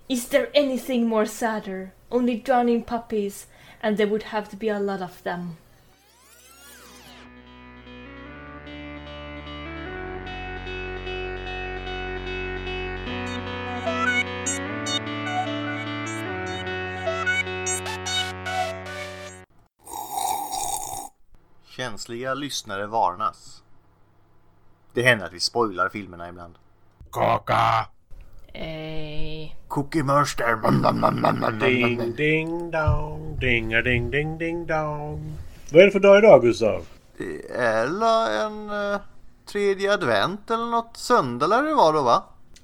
Is there anything more sadder? Only drowning puppies, and there would have to be a lot of them. Känsliga lyssnare varnas. Det händer att vi spoilar filmerna ibland. Kaka! Cookie Monster. Ding ding dong, dinga ding ding ding dong. Vad är det för dag idag, Gustav? Eller en tredje advent eller något söndag eller det var då, va?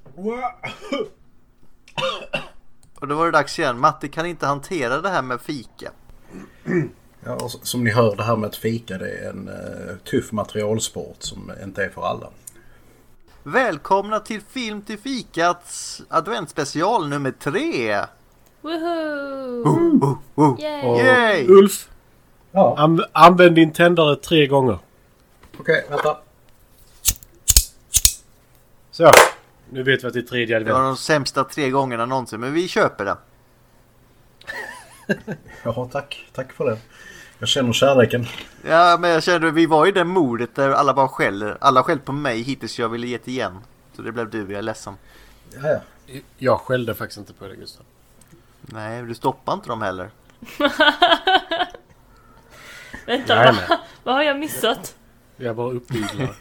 Och då var det dags igen. Matte kan inte hantera det här med fika. Ja, och som ni hör, det här med att fika, det är en tuff materialsport som inte är för alla. Välkomna till Film till fikats adventsspecial nummer 3. Woohoo! Yay! Ulf, Ja, använd din tändare 3 gånger. okej, vänta. Så, nu vet vi att det är tredje Det var advent. de sämsta 3 gångerna någonsin, men vi köper det. Ja, tack för det. Jag känner kärleken. Ja, men jag kände vi var i det modet där alla bara skäller. Alla skäll på mig hittills jag ville ge det igen. Så det blev du, jag är ledsen. Ja. Jag skällde faktiskt inte på det, Gustav. Nej, du stoppar inte dem heller. Vänta, Nej. vad har jag missat? Jag bara uppviglar.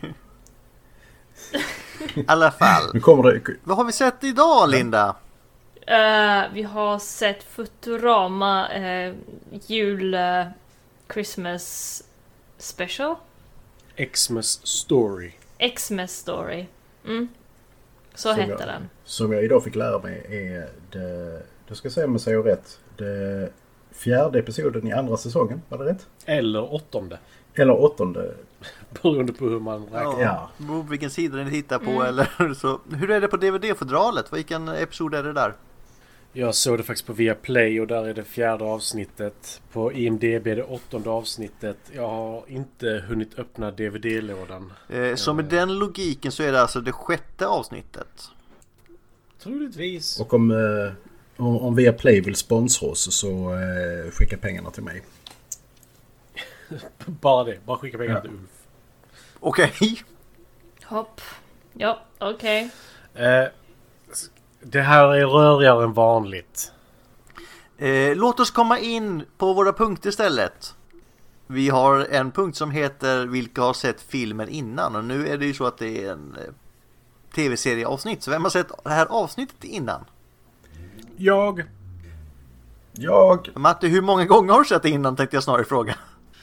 I alla fall. Nu kommer det. Vad har vi sett idag, Linda? Vi har sett Futurama jul Christmas special. Xmas Story. Xmas story. Så Som heter den. Som jag idag fick lära mig är det ska jag säga om jag säger rätt. Det 4:e episoden i andra säsongen, var det rätt? Eller 8:e. Eller 8:e. Beroende på hur man räknar. Ja. På vilken sida ni tittar på eller så. Hur är det på DVD-fodralet? Vilken episod är det där? Jag såg det faktiskt på Viaplay och där är det 4:e avsnittet. På IMDb är det 8:e avsnittet. Jag har inte hunnit öppna DVD-lådan. Så med den logiken så är det alltså det 6:e avsnittet. Troligtvis. Och om Viaplay vill sponsra oss så skicka pengarna till mig. Bara det. Bara skicka pengar till Ulf. Okej. Hopp. Ja, okej. Det här är rörigare än vanligt. Låt oss komma in på våra punkter istället. Vi har en punkt som heter vilka har sett filmen innan. Och nu är det ju så att det är en tv-serieavsnitt. Så vem har sett det här avsnittet innan? Jag. Matte, hur många gånger har du sett det innan, tänkte jag snarare fråga.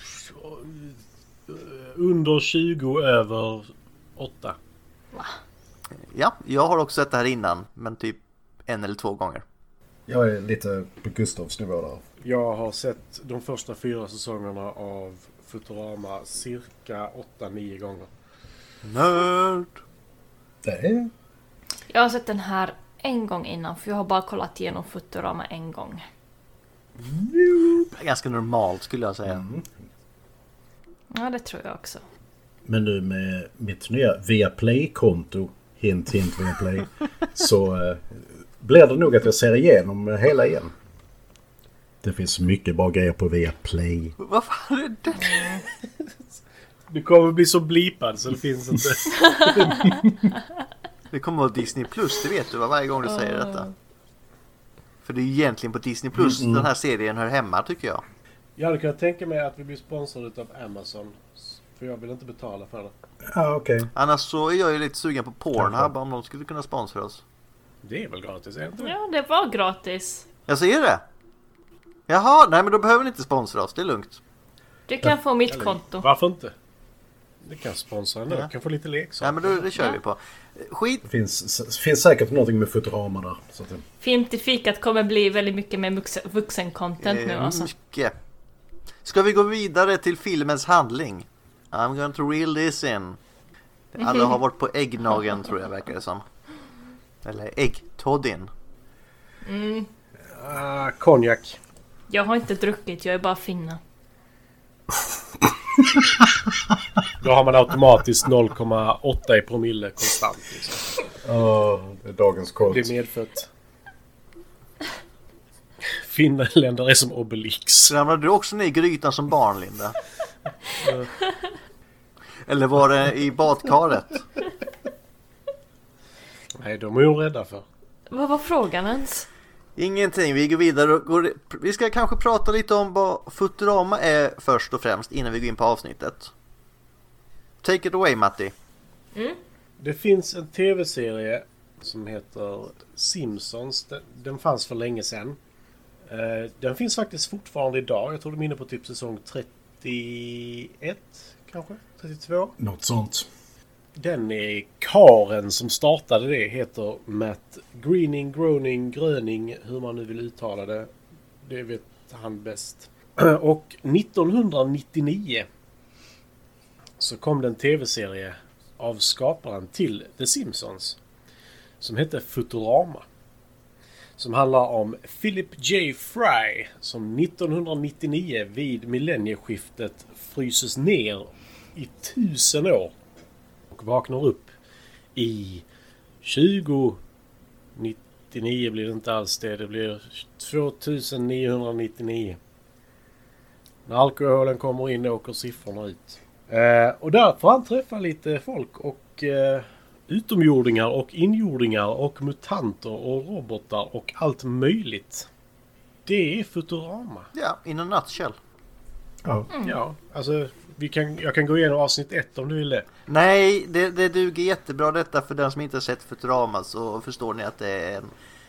Under 20 över 8. Ja, jag har också sett det här innan. Men typ 1 eller 2 gånger. Jag är lite på Gustavs nivå där. Jag har sett de första 4 säsongerna av Futurama cirka 8-9 gånger. Nörd! Det är... Jag har sett den här en gång innan, för jag har bara kollat igenom Futurama en gång. Ganska normalt skulle jag säga. Ja, det tror jag också. Men nu med mitt nya Viaplay-konto, hint Viaplay, så blir det nog att jag ser igenom hela igen. Det finns mycket bra grejer på Viaplay. Vad fan är det? Du kommer bli så blipad så det finns inte. Det kommer vara Disney Plus, det vet du varje gång du säger detta. För det är ju egentligen på Disney Plus den här serien hör hemma, tycker jag. Jag hade kunnat tänka mig att vi blir sponsrade av Amazon. För jag vill inte betala för det. Ja, okej. Annars så är jag ju lite sugen på Pornhub om de skulle kunna sponsra oss. Det är väl gratis, är det inte? Ja, det var gratis. Jag ser det. Jaha, nej men då behöver ni inte sponsra oss, det är lugnt. Du kan få mitt konto. Varför inte? Det kan sponsra ändå. Ja. Du kan få lite leksaker. Ja men då, det kör vi på. Skit. Det finns säkert någonting med Futurama där. Så att det... Film till fikat kommer bli väldigt mycket med vuxen-content nu alltså. Mycket. Ska vi gå vidare till filmens handling? I'm going to reel this in. Alla har varit på äggnagen tror jag verkar det som. Eller äggtoddin. Konjak. Jag har inte druckit, jag är bara finna. Då har man automatiskt 0,8 i promille konstant. Liksom. det är dagens kort. Det är medfött. finländare är som Obelix. Ramlade du också ner i grytan som barn, Linda? Eller var det i badkaret? Nej, de är ju rädda för. Vad var frågan ens? Ingenting, vi går vidare. Vi ska kanske prata lite om vad Futurama är först och främst innan vi går in på avsnittet. Take it away, Matti. Det finns en tv-serie som heter Simpsons. Den fanns för länge sedan. Den finns faktiskt fortfarande idag. Jag tror de är inne på typ säsong 31 kanske? 32? Något sånt. Den är karen som startade det heter Matt Gröning, hur man nu vill uttala det. Det vet han bäst. Och 1999 så kom det en tv-serie av skaparen till The Simpsons som heter Futurama. Som handlar om Philip J. Fry som 1999 vid millennieskiftet fryses ner i 1000 år och vaknar upp i 2099 blir det inte alls det. Det blir 2999. När alkoholen kommer in åker siffrorna ut. Och där får han träffa lite folk och utomjordingar och injordingar och mutanter och robotar och allt möjligt. Det är Futurama. Ja, in a nutshell. Ja. Ja, alltså jag kan gå igenom avsnitt 1 om du vill det. Nej, det duger jättebra detta för den som inte har sett Futurama, så förstår ni att det är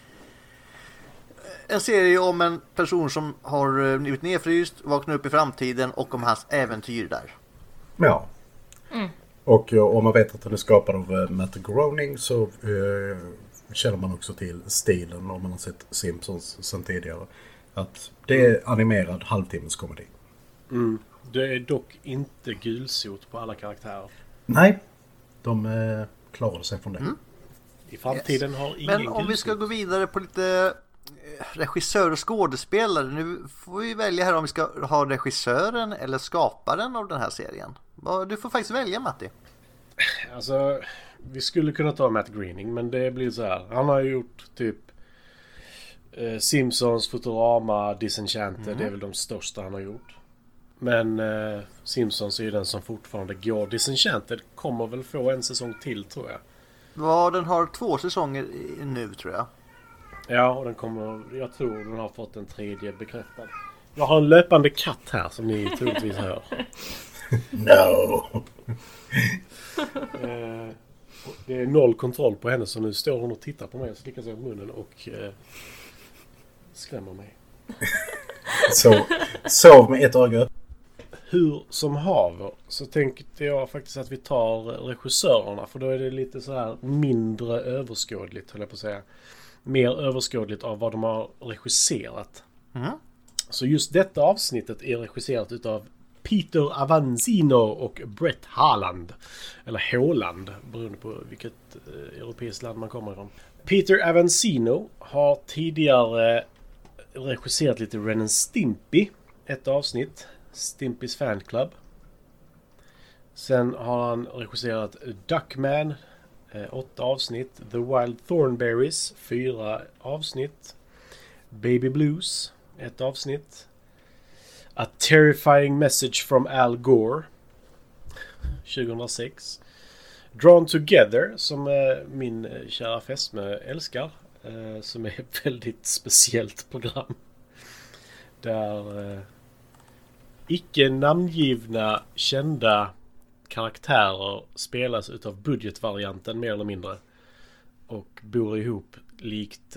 en serie om en person som har blivit nedfryst, vaknar upp i framtiden och om hans äventyr där. Ja. Och om man vet att den är skapad av Matt Groening så känner man också till stilen om man har sett Simpsons sedan tidigare. Att det är animerad halvtimmes komedi. Det är dock inte gulsot på alla karaktärer. Nej, de klarar sig från det. I framtiden har ingen Men om vi ska gå vidare på lite regissör och skådespelare. Nu får vi välja här om vi ska ha regissören eller skaparen av den här serien. Du får faktiskt välja, Matti. Alltså, vi skulle kunna ta Matt Groening, men det blir så här. Han har ju gjort typ Simpsons, Futurama, Disenchanted. Det är väl de största han har gjort. Men Simpsons är ju den som fortfarande går. Disenchanted kommer väl få en säsong till, tror jag. Ja, den har 2 säsonger nu, tror jag. Ja, och jag tror den har fått en 3:e bekräftad. Jag har en löpande katt här som ni troligtvis hör. No! Det är noll kontroll på henne, så nu står hon och tittar på mig och slickar sig i munnen och skrämmer mig. Sov med ett öga. Hur som haver så tänkte jag faktiskt att vi tar regissörerna, för då är det lite så här mindre överskådligt, höll jag på att säga. Mer överskådligt av vad de har regisserat. Så just detta avsnittet är regisserat utav Peter Avanzino och Brett Haaland. Eller Håland, beroende på vilket europeiskt land man kommer ifrån. Peter Avanzino har tidigare regisserat lite Ren and Stimpy, ett avsnitt. Stimpys Fan Club. Sen har han regisserat Duckman, 8 avsnitt. The Wild Thornberrys, 4 avsnitt. Baby Blues, 1 avsnitt. A Terrifying Message from Al Gore, 2006. Drawn Together, som min kära fästmö älskar. Som är ett väldigt speciellt program. Där icke namngivna kända karaktärer spelas utav budgetvarianten mer eller mindre. Och bor ihop likt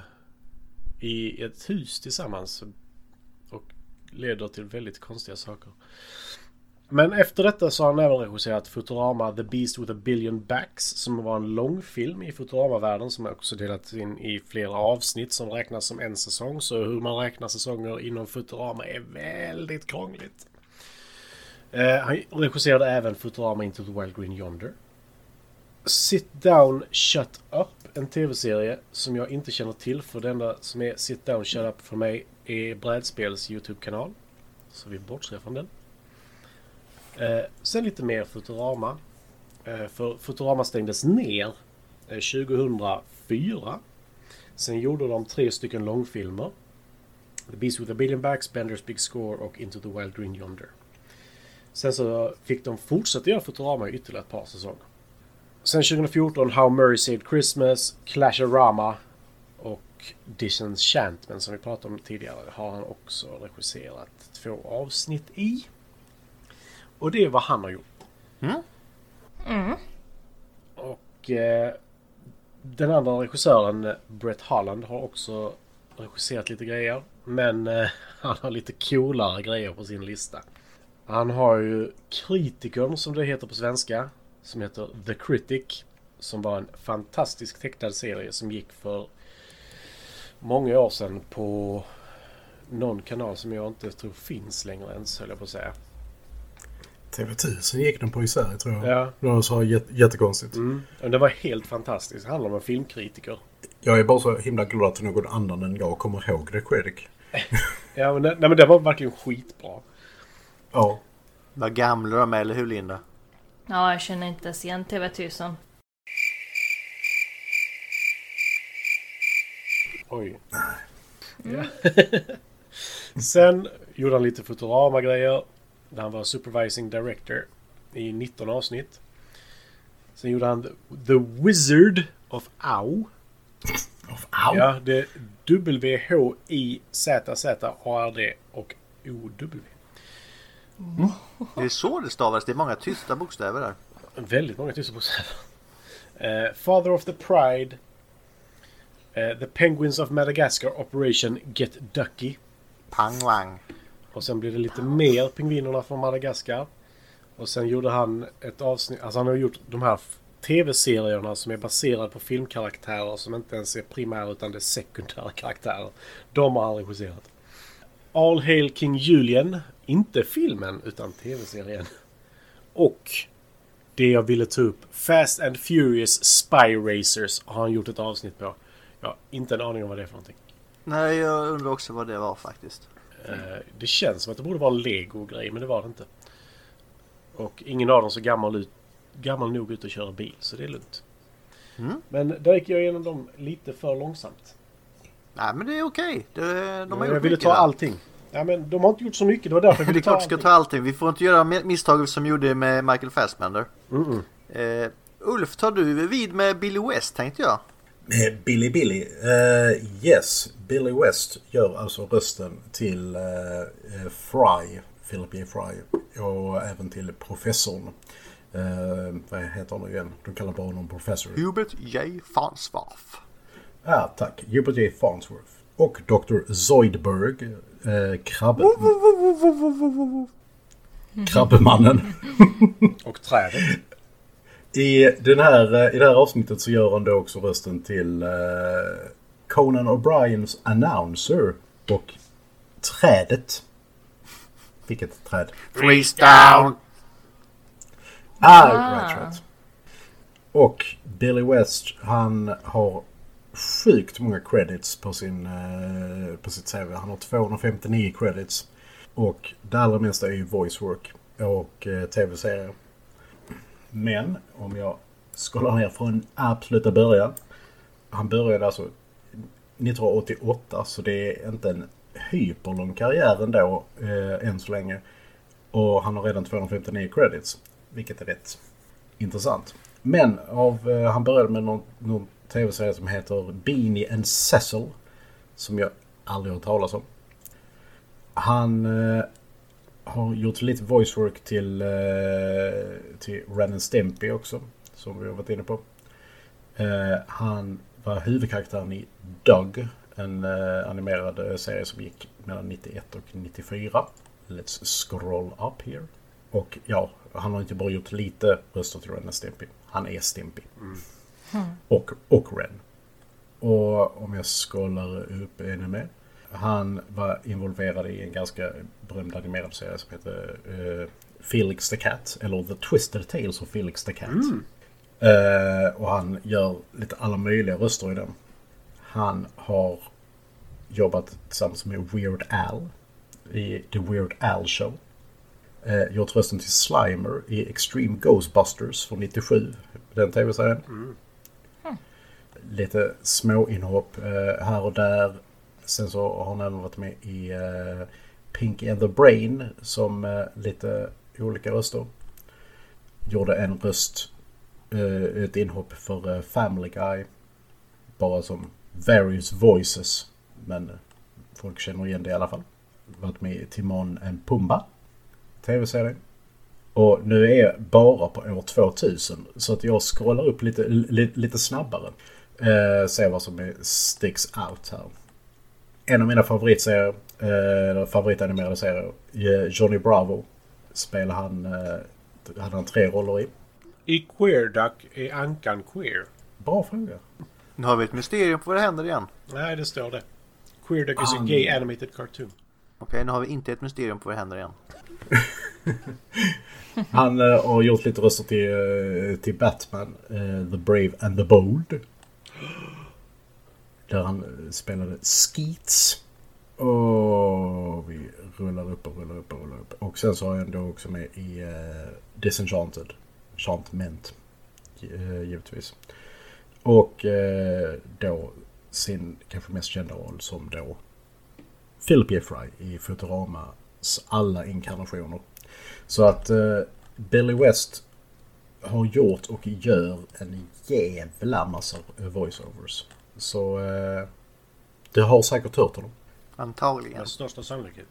i ett hus tillsammans. Och leder till väldigt konstiga saker. Men efter detta så har han även regisserat Futurama The Beast with a Billion Backs, som var en långfilm i Futurama-världen som också delats in i flera avsnitt som räknas som en säsong. Så hur man räknar säsonger inom Futurama är väldigt krångligt. Han regisserade även Futurama Into the Wild Green Yonder. Sit Down Shut Up, en tv-serie som jag inte känner till, för det enda som är Sit Down Shut Up för mig är brädspels YouTube-kanal. Så vi bortser från den. Sen lite mer Futurama. För Futurama stängdes ner 2004. Sen gjorde de 3 stycken långfilmer. The Beast with a Billion Backs, Bender's Big Score och Into the Wild Green Yonder. Sen så fick de fortsätta göra Futurama i ytterligare ett par säsonger. Sen 2014 How Murray Saved Christmas, Clash-O-Rama och Disenchantment som vi pratade om tidigare har han också regisserat 2 avsnitt i. Och det är vad han har gjort. Och den andra regissören, Brett Harland, har också regisserat lite grejer. Men han har lite coolare grejer på sin lista. Han har ju Kritikern som det heter på svenska. Som heter The Critic. Som var en fantastisk tecknad serie som gick för många år sedan på någon kanal som jag inte tror finns längre ens, höll jag på att säga. TV1000 gick den på i Sverige, tror jag. Ja. Det var så jättekonstigt. Det var helt fantastiskt. Det handlar om en filmkritiker. Jag är bara så himla glad att någon annan än jag kommer ihåg The Critic. Ja, men det var verkligen skitbra. Ja. Vad gamla de är, eller hur, Linda? Ja, jag känner inte ens igen TV1000. Oj. Ja. Sen gjorde han lite Futurama-grejer. Där han var supervising director i 19 avsnitt. Sen gjorde han The Wizard of Ow. Ja, det är W-H-I-Z-Z-A-R-D och O-W. Det är så det stavas. Det är många tysta bokstäver där. Väldigt många tysta bokstäver. Father of the Pride. The Penguins of Madagascar Operation Get Ducky. Pang lang. Och sen blir det lite mer pingvinerna från Madagaskar. Och sen gjorde han ett avsnitt. Alltså han har gjort de här tv-serierna som är baserade på filmkaraktärer som inte ens är primära utan det är sekundära karaktärer. De har han regisserat. All Hail King Julian. Inte filmen utan tv-serien. Och det jag ville ta upp, Fast and Furious Spy Racers, har han gjort ett avsnitt på. Jag har inte en aning om vad det är för någonting. Nej, jag undrar också vad det var faktiskt. Det känns som att det borde vara en Lego-grej, men det var det inte. Och ingen av dem så gammal nog ut att köra bil, så det är lugnt. Men där gick jag igenom dem lite för långsamt. Nej, men det är okej. De har jag gjort ville ta där. allting. Ja, men de har inte gjort så mycket, det var därför jag Det ville är klart ta vi ska allting. ta allting. Vi får inte göra misstag som gjorde med Michael Fassbender. Ulf, tar du vid med Billy West, tänkte jag. Billy. Yes, Billy West gör alltså rösten till Fry, Philip J. Fry, och även till professorn. Vad heter han igen? De kallar bara honom professor. Hubert J. Farnsworth. Ja, tack. Hubert J. Farnsworth. Och Dr. Zoidberg, Krabbemannen. Och trädet. I det här avsnittet så gör han då också rösten till Conan O'Briens announcer och trädet. Vilket träd? Freeze down! Right. Och Billy West, han har sjukt många credits på sitt CV. Han har 259 credits. Och det allra mesta är ju voice work och tv-serier. Men om jag scrollar ner från absoluta början. Han började alltså 1988, så det är inte en hyperlång karriär ändå än så länge. Och han har redan 259 credits, vilket är rätt intressant. Men han började med någon tv-serie som heter Beanie and Cecil, som jag aldrig har hört talas om. Han har gjort lite voice work till Ren and Stimpy också, som vi har varit inne på. Han var huvudkaraktären i Doug, en animerad serie som gick mellan 91 och 94. Let's scroll up here. Och ja, han har inte bara gjort lite röster till Ren and Stimpy. Han är Stimpy. Och Ren. Och om jag scrollar upp ännu mer. Han var involverad i en ganska berömd animerad serie som heter Felix the Cat. Eller The Twisted Tales of Felix the Cat. Och han gör lite alla möjliga röster i den. Han har jobbat tillsammans med Weird Al i The Weird Al Show. Gjort rösten till Slimer i Extreme Ghostbusters från 97. Den tv-serien. Lite små inhopp här och där. Sen så har hon även varit med i Pinky and the Brain som lite olika röster. Gjorde en röst, ett inhopp för Family Guy. Bara som various voices. Men folk känner igen det i alla fall. Varit med i Timon and Pumba. TV-serien. Och nu är jag bara på år 2000. Så att jag scrollar upp lite snabbare. Se vad som sticks out här. En av mina favoritserier, favoritanimerade serier, Johnny Bravo. Spelar hade han 3 roller i. I Queer Duck är Ankan queer? Bra fråga. Nu har vi ett mysterium på vad det händer igen. Nej, det står det. Queer Duck is a gay animated cartoon. Okej, nu har vi inte ett mysterium på vad det händer igen. Han har gjort lite röster till Batman, The Brave and the Bold. Där han spelade Skeets. Och vi rullar upp. Och sen så har jag ändå också med i Disenchanted. Enchantment. Givetvis. Och då sin kanske mest kända roll som då Philip J. Fry i Futuramas alla inkarnationer. Så att Billy West har gjort och gör en jävla massa voiceovers. Så det har säkert hört honom. Antagligen. Med största sannolikhet.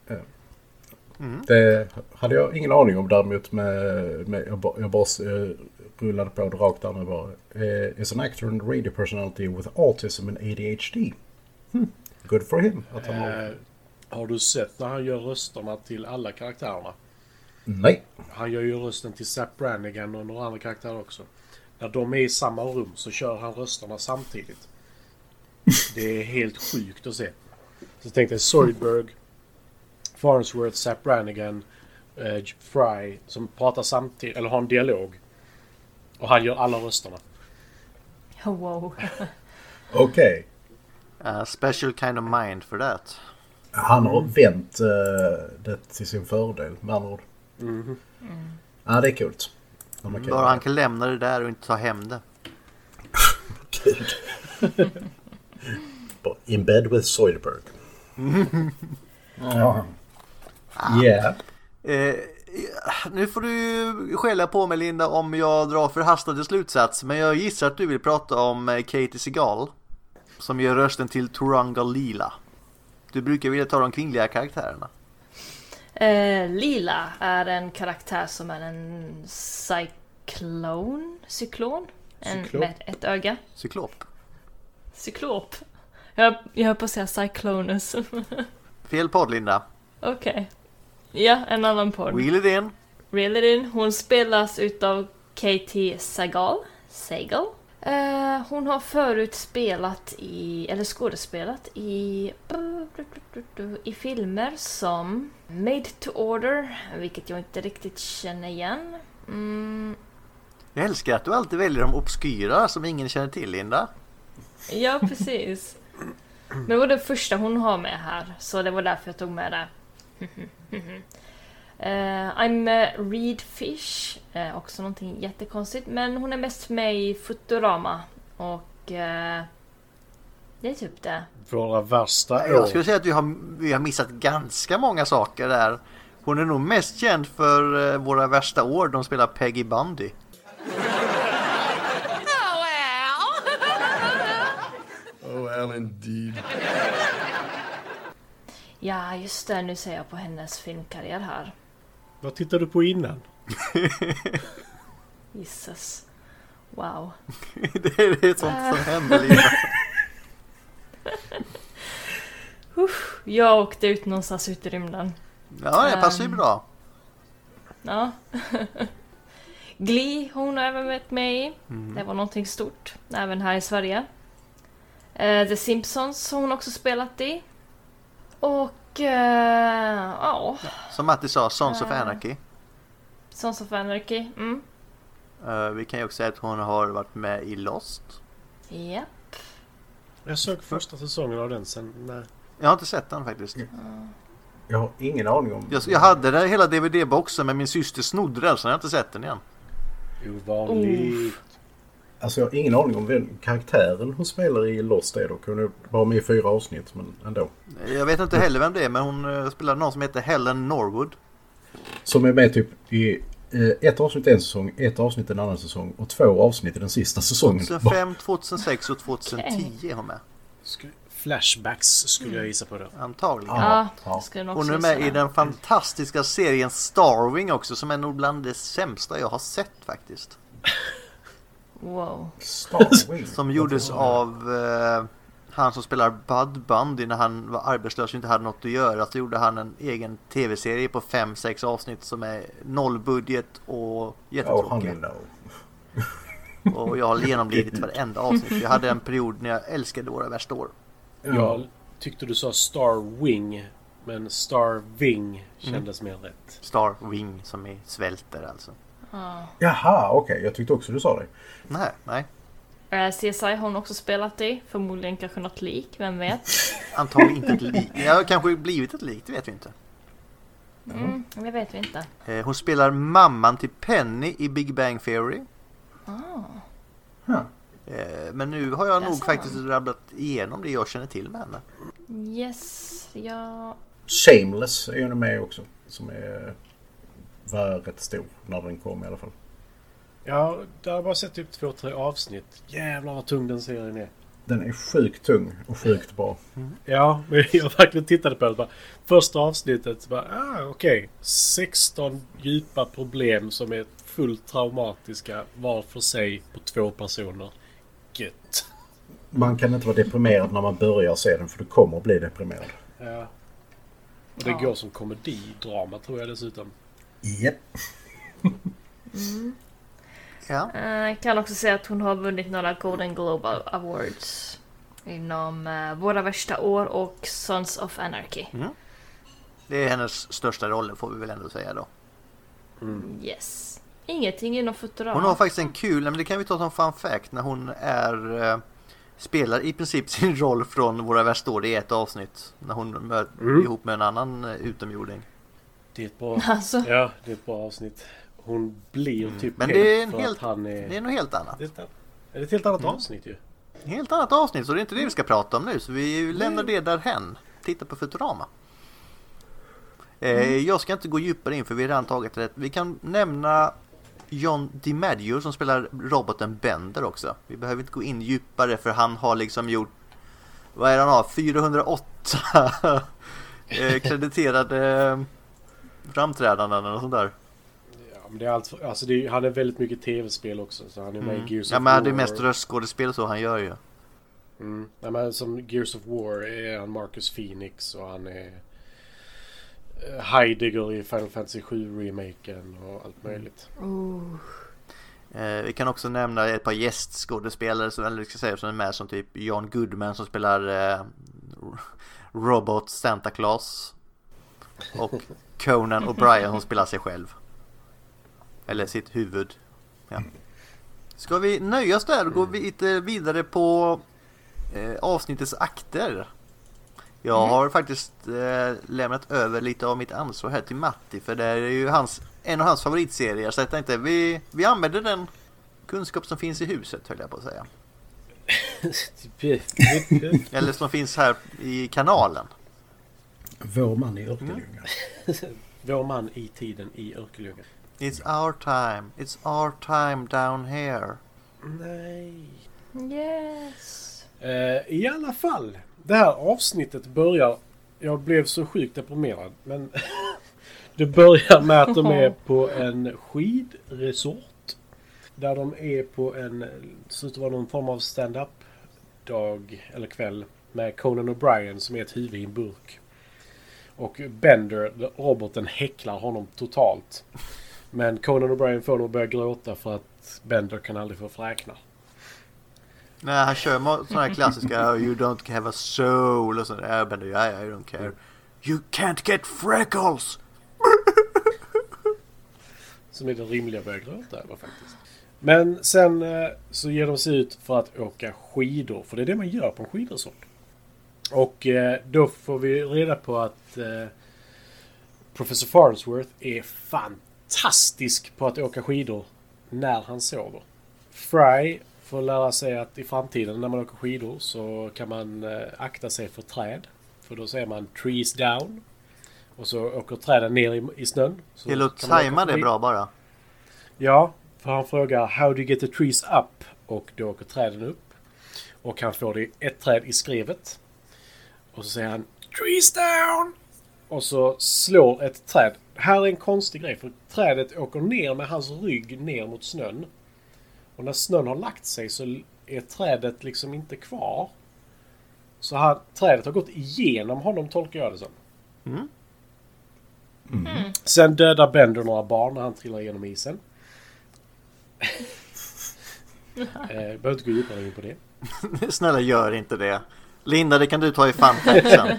Det hade jag ingen aning om däremot jag bara rullade på det rakt där med bara is an actor and radio personality with autism and ADHD. Good for him. Har du sett när han gör rösterna till alla karaktärerna? Nej. Han gör ju rösten till Zapp Brannigan och några andra karaktärer också. När de är i samma rum så kör han rösterna samtidigt. Det är helt sjukt att se. Så tänkte jag Zoidberg, Farnsworth, Zapp Brannigan, Fry som pratar samtidigt, eller har en dialog. Och han gör alla rösterna. Wow. Okej. Special kind of mind for that. Han har vänt det till sin fördel med andra ord. Ja, det är kul. Bara han kan lämna det där och inte ta hem det. Gud. In bed with Zoidberg. Yeah. Nu får du skälla på mig, Linda, om jag drar förhastade slutsats. Men jag gissar att du vill prata om Katie Seagal, som gör rösten till Turanga Lila. Du brukar vilja ta de kvinnliga karaktärerna. Lila är en karaktär som är en cyklon. Med ett öga. Cyklop. Jag höll på att säga Cyclonus. Fel podd, Linda. Okej. Ja, en annan podd. Reel it in. Hon spelas utav Katie Sagal. Hon har förut skådespelat i filmer som Made to Order, vilket jag inte riktigt känner igen. Jag älskar att du alltid väljer de obskyra som ingen känner till, Linda. Ja, precis. Men det var det första hon har med här, så det var därför jag tog med det. I'm Reed Fish, också någonting jättekonstigt, men hon är mest med i Futurama och det är typ det. Våra värsta år. Jag skulle säga att vi har missat ganska många saker där. Hon är nog mest känd för våra värsta år. De spelar Peggy Bundy. Oh well indeed. Ja, just det. Nu ser jag på hennes filmkarriär här. Vad tittar du på innan? Jesus. Wow. Det är sånt som händer, Linda. Jag åkte ut någonstans ut i rymden. Ja, det passar ju bra. Ja. Glee, hon har även varit med i. Det var någonting stort. Även här i Sverige. The Simpsons har hon också spelat i. Och ja. Som Matti sa, Sons of Anarchy. Sons of Anarchy. Vi kan ju också säga att hon har varit med i Lost. Japp. Jag såg första säsongen av den sen. Nej. Jag har inte sett den faktiskt. Jag har ingen aning om. Jag hade den hela DVD-boxen, men min syster snodde den, så jag har inte sett den igen. Ovanligt. Alltså jag har ingen aning om vem karaktären hon spelar i Lost är. Då kunde jag bara med i 4 avsnitt, men ändå. Jag vet inte heller vem det är, men hon spelar någon som heter Helen Norwood. Som är med typ i ett avsnitt en säsong, ett avsnitt en annan säsong och 2 avsnitt i den sista säsongen. 2005, 2006 och 2010 är hon med. Flashbacks skulle jag gissa på det. Antagligen. Ja, Ja. det skulle nog Hon också är med säga. i den fantastiska serien Starving också, som är nog bland det sämsta jag har sett faktiskt. Wow. Starwing. Som gjordes av han som spelar Bud Bundy när han var arbetslös och inte hade något att göra. Så gjorde han en egen tv-serie på 5-6 avsnitt som är noll budget och jättetråkig. Och jag har genomlidit varenda avsnitt. Jag hade en period när jag älskade Våra värsta år. Jag tyckte du sa Star Wing, men Starving kändes mer rätt. Star Wing som är svälter alltså. Jaha, okej. Jag tyckte också du sa det. Nej. CSI har hon också spelat i. Förmodligen kanske något lik, vem vet? Antagligen inte ett lik. Jag har kanske blivit ett lik, det vet vi inte. Det vet vi inte. Hon spelar mamman till Penny i Big Bang Theory. Men nu har jag nog faktiskt rabblat igenom det jag känner till med henne. Yes, ja. Shameless är ju med också. Som var rätt stor när den kom i alla fall. Ja, där har jag bara sett typ 2-3 avsnitt. Jävlar vad tung den serien är. Den är sjukt tung och sjukt bra. Ja, men jag verkligen tittade på det. Bara, första avsnittet bara, okej. 16 djupa problem som är fullt traumatiska var för sig på 2 personer. Gött. Man kan inte vara deprimerad när man börjar se den, för du kommer att bli deprimerad. Ja. Och det går som komedidrama tror jag dessutom. Japp. Ja. Jag kan också säga att hon har vunnit några Golden Globe Awards inom Våra värsta år och Sons of Anarchy. Det är hennes största roll, får vi väl ändå säga då. Yes. Ingenting inom Futurama. Hon har faktiskt en kul, men det kan vi ta som fun fact, när hon spelar i princip sin roll från Våra värsta år i ett avsnitt. När hon möter ihop med en annan utomjording. Det är ett bra, Alltså. ja, det är ett bra avsnitt. Hon blir typ Men det är, för helt, att han är... det är något helt annat. Det är ett helt annat avsnitt ju. Helt annat avsnitt, så det är inte det vi ska prata om nu. Så vi lämnar det därhen. Titta på Futurama. Jag ska inte gå djupare in, för vi har redan tagit det. Vi kan nämna John DiMaggio som spelar roboten Bender också. Vi behöver inte gå in djupare, för han har liksom gjort, vad är det han har, 408 krediterade framträdanden och sånt där. Ja, men det är allt för, alltså han är väldigt mycket tv-spel också, så han är med i Gears Ja, of men War. det är mest röstskådespel så han gör ju. Ja, men som Gears of War är han Marcus Phoenix och han är Heidegger i Final Fantasy 7-remaken och allt möjligt. Vi kan också nämna ett par gästskådespelare som är med, som typ John Goodman som spelar Robot Santa Claus, och Conan O'Brien som spelar sig själv. Eller sitt huvud. Ja. Ska vi nöja oss där och gå lite vidare på avsnittets akter? Jag har faktiskt lämnat över lite av mitt ansvar här till Matti, för det är ju en av hans favoritserier, så jag tänkte vi använder den kunskap som finns i huset, höll jag på att säga. Eller som finns här i kanalen. Vår man i Örkelljunga. Vår man i tiden i Örkelljunga. It's our time down here. Nej. Yes. I alla fall, det här avsnittet börjar, jag blev så sjukt deprimerad, men det börjar med att de är på en skidresort där de är på så det var någon form av stand-up dag eller kväll med Conan O'Brien som är ett huvud i en burk. Och Bender, roboten, häcklar honom totalt. Men Conan O'Brien får honom att börja gråta för att Bender kan aldrig få fräknar. Nej, han kör sådana här klassiska you don't have a soul och sådär. Bender, I don't care. You can't get freckles! Som är det rimliga att börja gråta över faktiskt. Men sen så ger de sig ut för att åka skidor. För det är det man gör på en skidresort. Och då får vi reda på att Professor Farnsworth är fantastisk på att åka skidor när han sover. Fry får lära sig att i framtiden när man åker skidor så kan man akta sig för träd. För då säger man trees down. Och så åker träden ner i snön. Så gäller att tajma det bra bara. Ja, för han frågar how do you get the trees up? Och då åker träden upp. Och han får det ett träd i skrevet. Och så säger han trees down! Och så slår ett träd. Här är en konstig grej, för trädet åker ner med hans rygg ner mot snön. Och när snön har lagt sig så är trädet liksom inte kvar. Så trädet har gått igenom honom, tolkar jag det som. Sen dödar Bender några barn när han trillar igenom isen. Behöver inte gå djupare in på det. Snälla, gör inte det. Linda, det kan du ta i fanfact sen.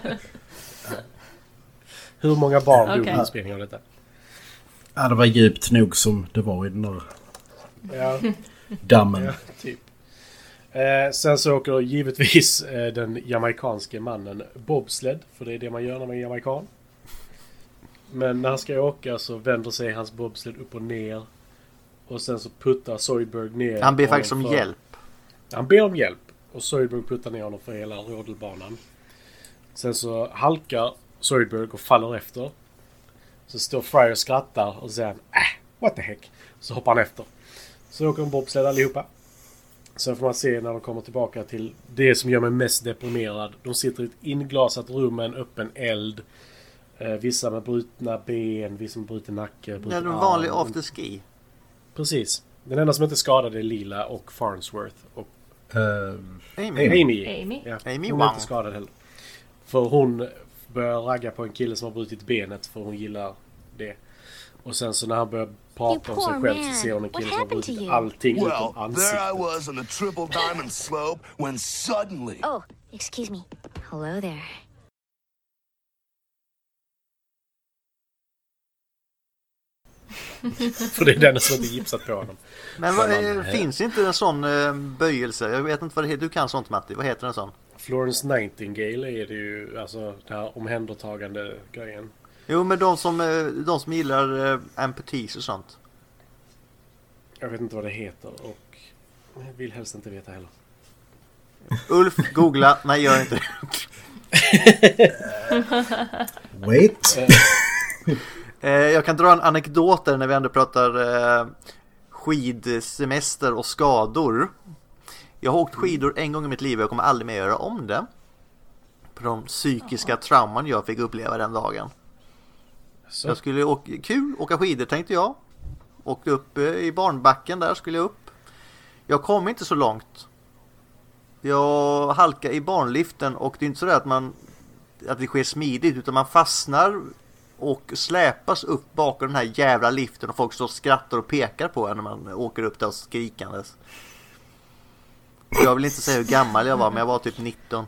Hur många barn dog i inspelningen av detta? Ja, det var djupt nog som det var i den där dammen. Ja, typ. Sen så åker givetvis den jamaikanske mannen bobsled. För det är det man gör när man är jamaikan. Men när han ska åka så vänder sig hans bobsled upp och ner. Och sen så puttar Zoidberg ner. Han ber faktiskt om hjälp. Han ber om hjälp. Och Zoidberg puttar ner honom för hela rodelbanan. Sen så halkar Zoidberg och faller efter. Så står Fry och skrattar och säger what the heck. Så hoppar han efter. Så åker de bobsled allihopa. Sen får man se när de kommer tillbaka till det som gör mig mest deprimerad. De sitter i ett inglasat rum med en öppen eld. Vissa med brutna ben, vissa med bruten nacke. Det är en vanlig afterski. Precis. Den enda som inte är skadad är Lila och Farnsworth. Och Amy. Ja, Amy hon är inte skadad heller. För hon börjar ragga på en kille som har brutit benet för hon gillar det. Och sen så när han börjar prata om sig själv så ser hon en kille som har brutit allting utom ansiktet. There I was on the triple diamond slope when suddenly... Oh, excuse me. Hello there. För det är den som inte gipsat på honom. Men finns inte en sån böjelse? Jag vet inte vad det heter. Du kan sånt, Matti. Vad heter en sån? Florence Nightingale är det ju, alltså den här omhändertagande grejen. Jo, men de som gillar amputees och sånt. Jag vet inte vad det heter och jag vill helst inte veta heller. Ulf, googla. Nej, gör inte det. Wait. Jag kan dra en anekdot där när vi ändå pratar skidsemester och skador. Jag har åkt skidor en gång i mitt liv och jag kommer aldrig mer göra om det. På de psykiska trauman jag fick uppleva den dagen. Så. Jag skulle åka skidor, tänkte jag. Åkte upp i barnbacken där skulle jag upp. Jag kom inte så långt. Jag halkade i barnliften och det är inte så att det sker smidigt utan man fastnar och släpas upp bakom den här jävla liften och folk står och skrattar och pekar på en när man åker upp där skrikandes. Jag vill inte säga hur gammal jag var, men jag var typ 19.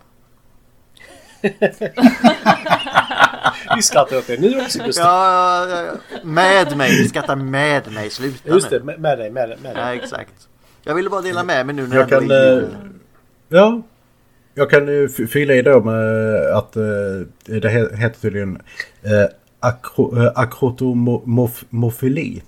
Vi skrattar åt det nu också, Gustav. Ja, med mig. Vi skrattar med mig. Sluta just det, nu. med dig. Ja, exakt. Jag ville bara dela med mig nu när jag kan ju fylla i då med att det heter tydligen akrotomofili.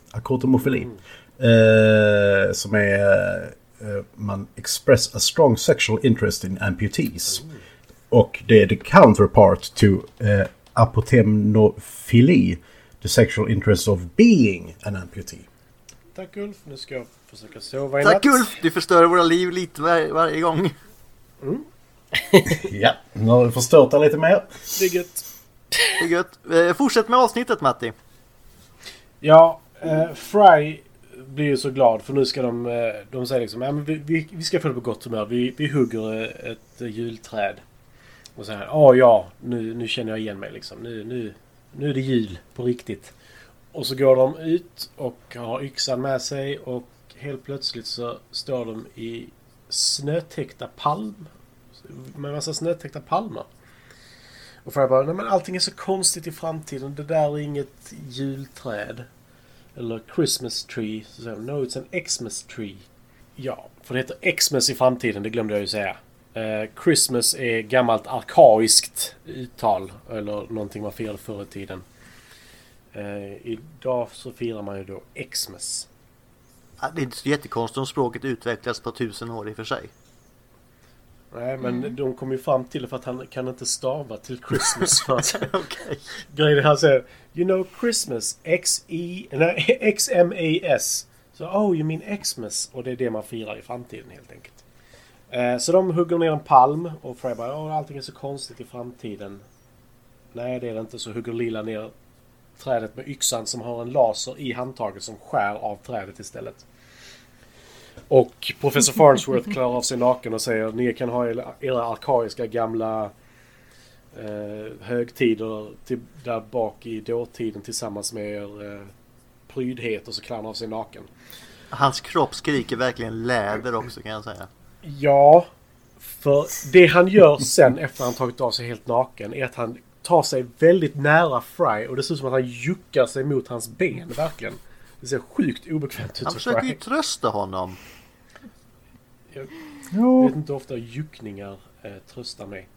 Som är man express a strong sexual interest in amputees. Och det är the counterpart to apotemnofili, the sexual interest of being an amputee. Tack Ulf, nu ska jag försöka sova i natt. Tack Ulf, du förstör våra liv lite varje gång. Ja, nu har du förstört det lite mer. Det är gött. Det är gött. Fortsätt med avsnittet, Matti. Ja, Fry blir ju så glad för nu ska de säger liksom ja, men vi ska få det på gott humör. Vi hugger ett julträd. Och så här, nu känner jag igen mig liksom. Nu är det jul på riktigt. Och så går de ut och har yxan med sig och helt plötsligt så står de i med massa snötäckta palmer. Och för bara, nej men allting är så konstigt i framtiden. Det där är inget julträd. Eller Christmas tree. Så säger de, no, it's an Xmas tree. Ja, för det heter Xmas i framtiden, det glömde jag ju säga. Christmas är gammalt arkaiskt uttal. Eller någonting man firade förr i tiden. Idag så firar man ju då Xmas. Det är inte så jättekonstigt om språket utvecklas på 1000 år i och för sig. Nej, men de kom ju fram till det för att han kan inte stava till Christmas. Okej. Grejen är han säger, you know Christmas, X-M-A-S. Så, oh, you mean Xmas. Och det är det man firar i framtiden helt enkelt. Så de hugger ner en palm och Fry bara, allting är så konstigt i framtiden. Nej, det är det inte. Så hugger Lila ner trädet med yxan som har en laser i handtaget som skär av trädet istället. Och professor Farnsworth klarar av sig naken och säger, ni kan ha era arkaiska gamla högtider där bak i dåtiden tillsammans med er prydhet, och så klarar han av sig naken. Hans kropp skriker verkligen läder också, kan jag säga. Ja, för det han gör sen efter han tagit av sig helt naken är att han tar sig väldigt nära Fry och det ser ut som att han juckar sig mot hans ben, verkligen. Det ser sjukt obekvämt ut. Han försöker ju trösta honom. Jag vet inte ofta juckningar tröstar mig.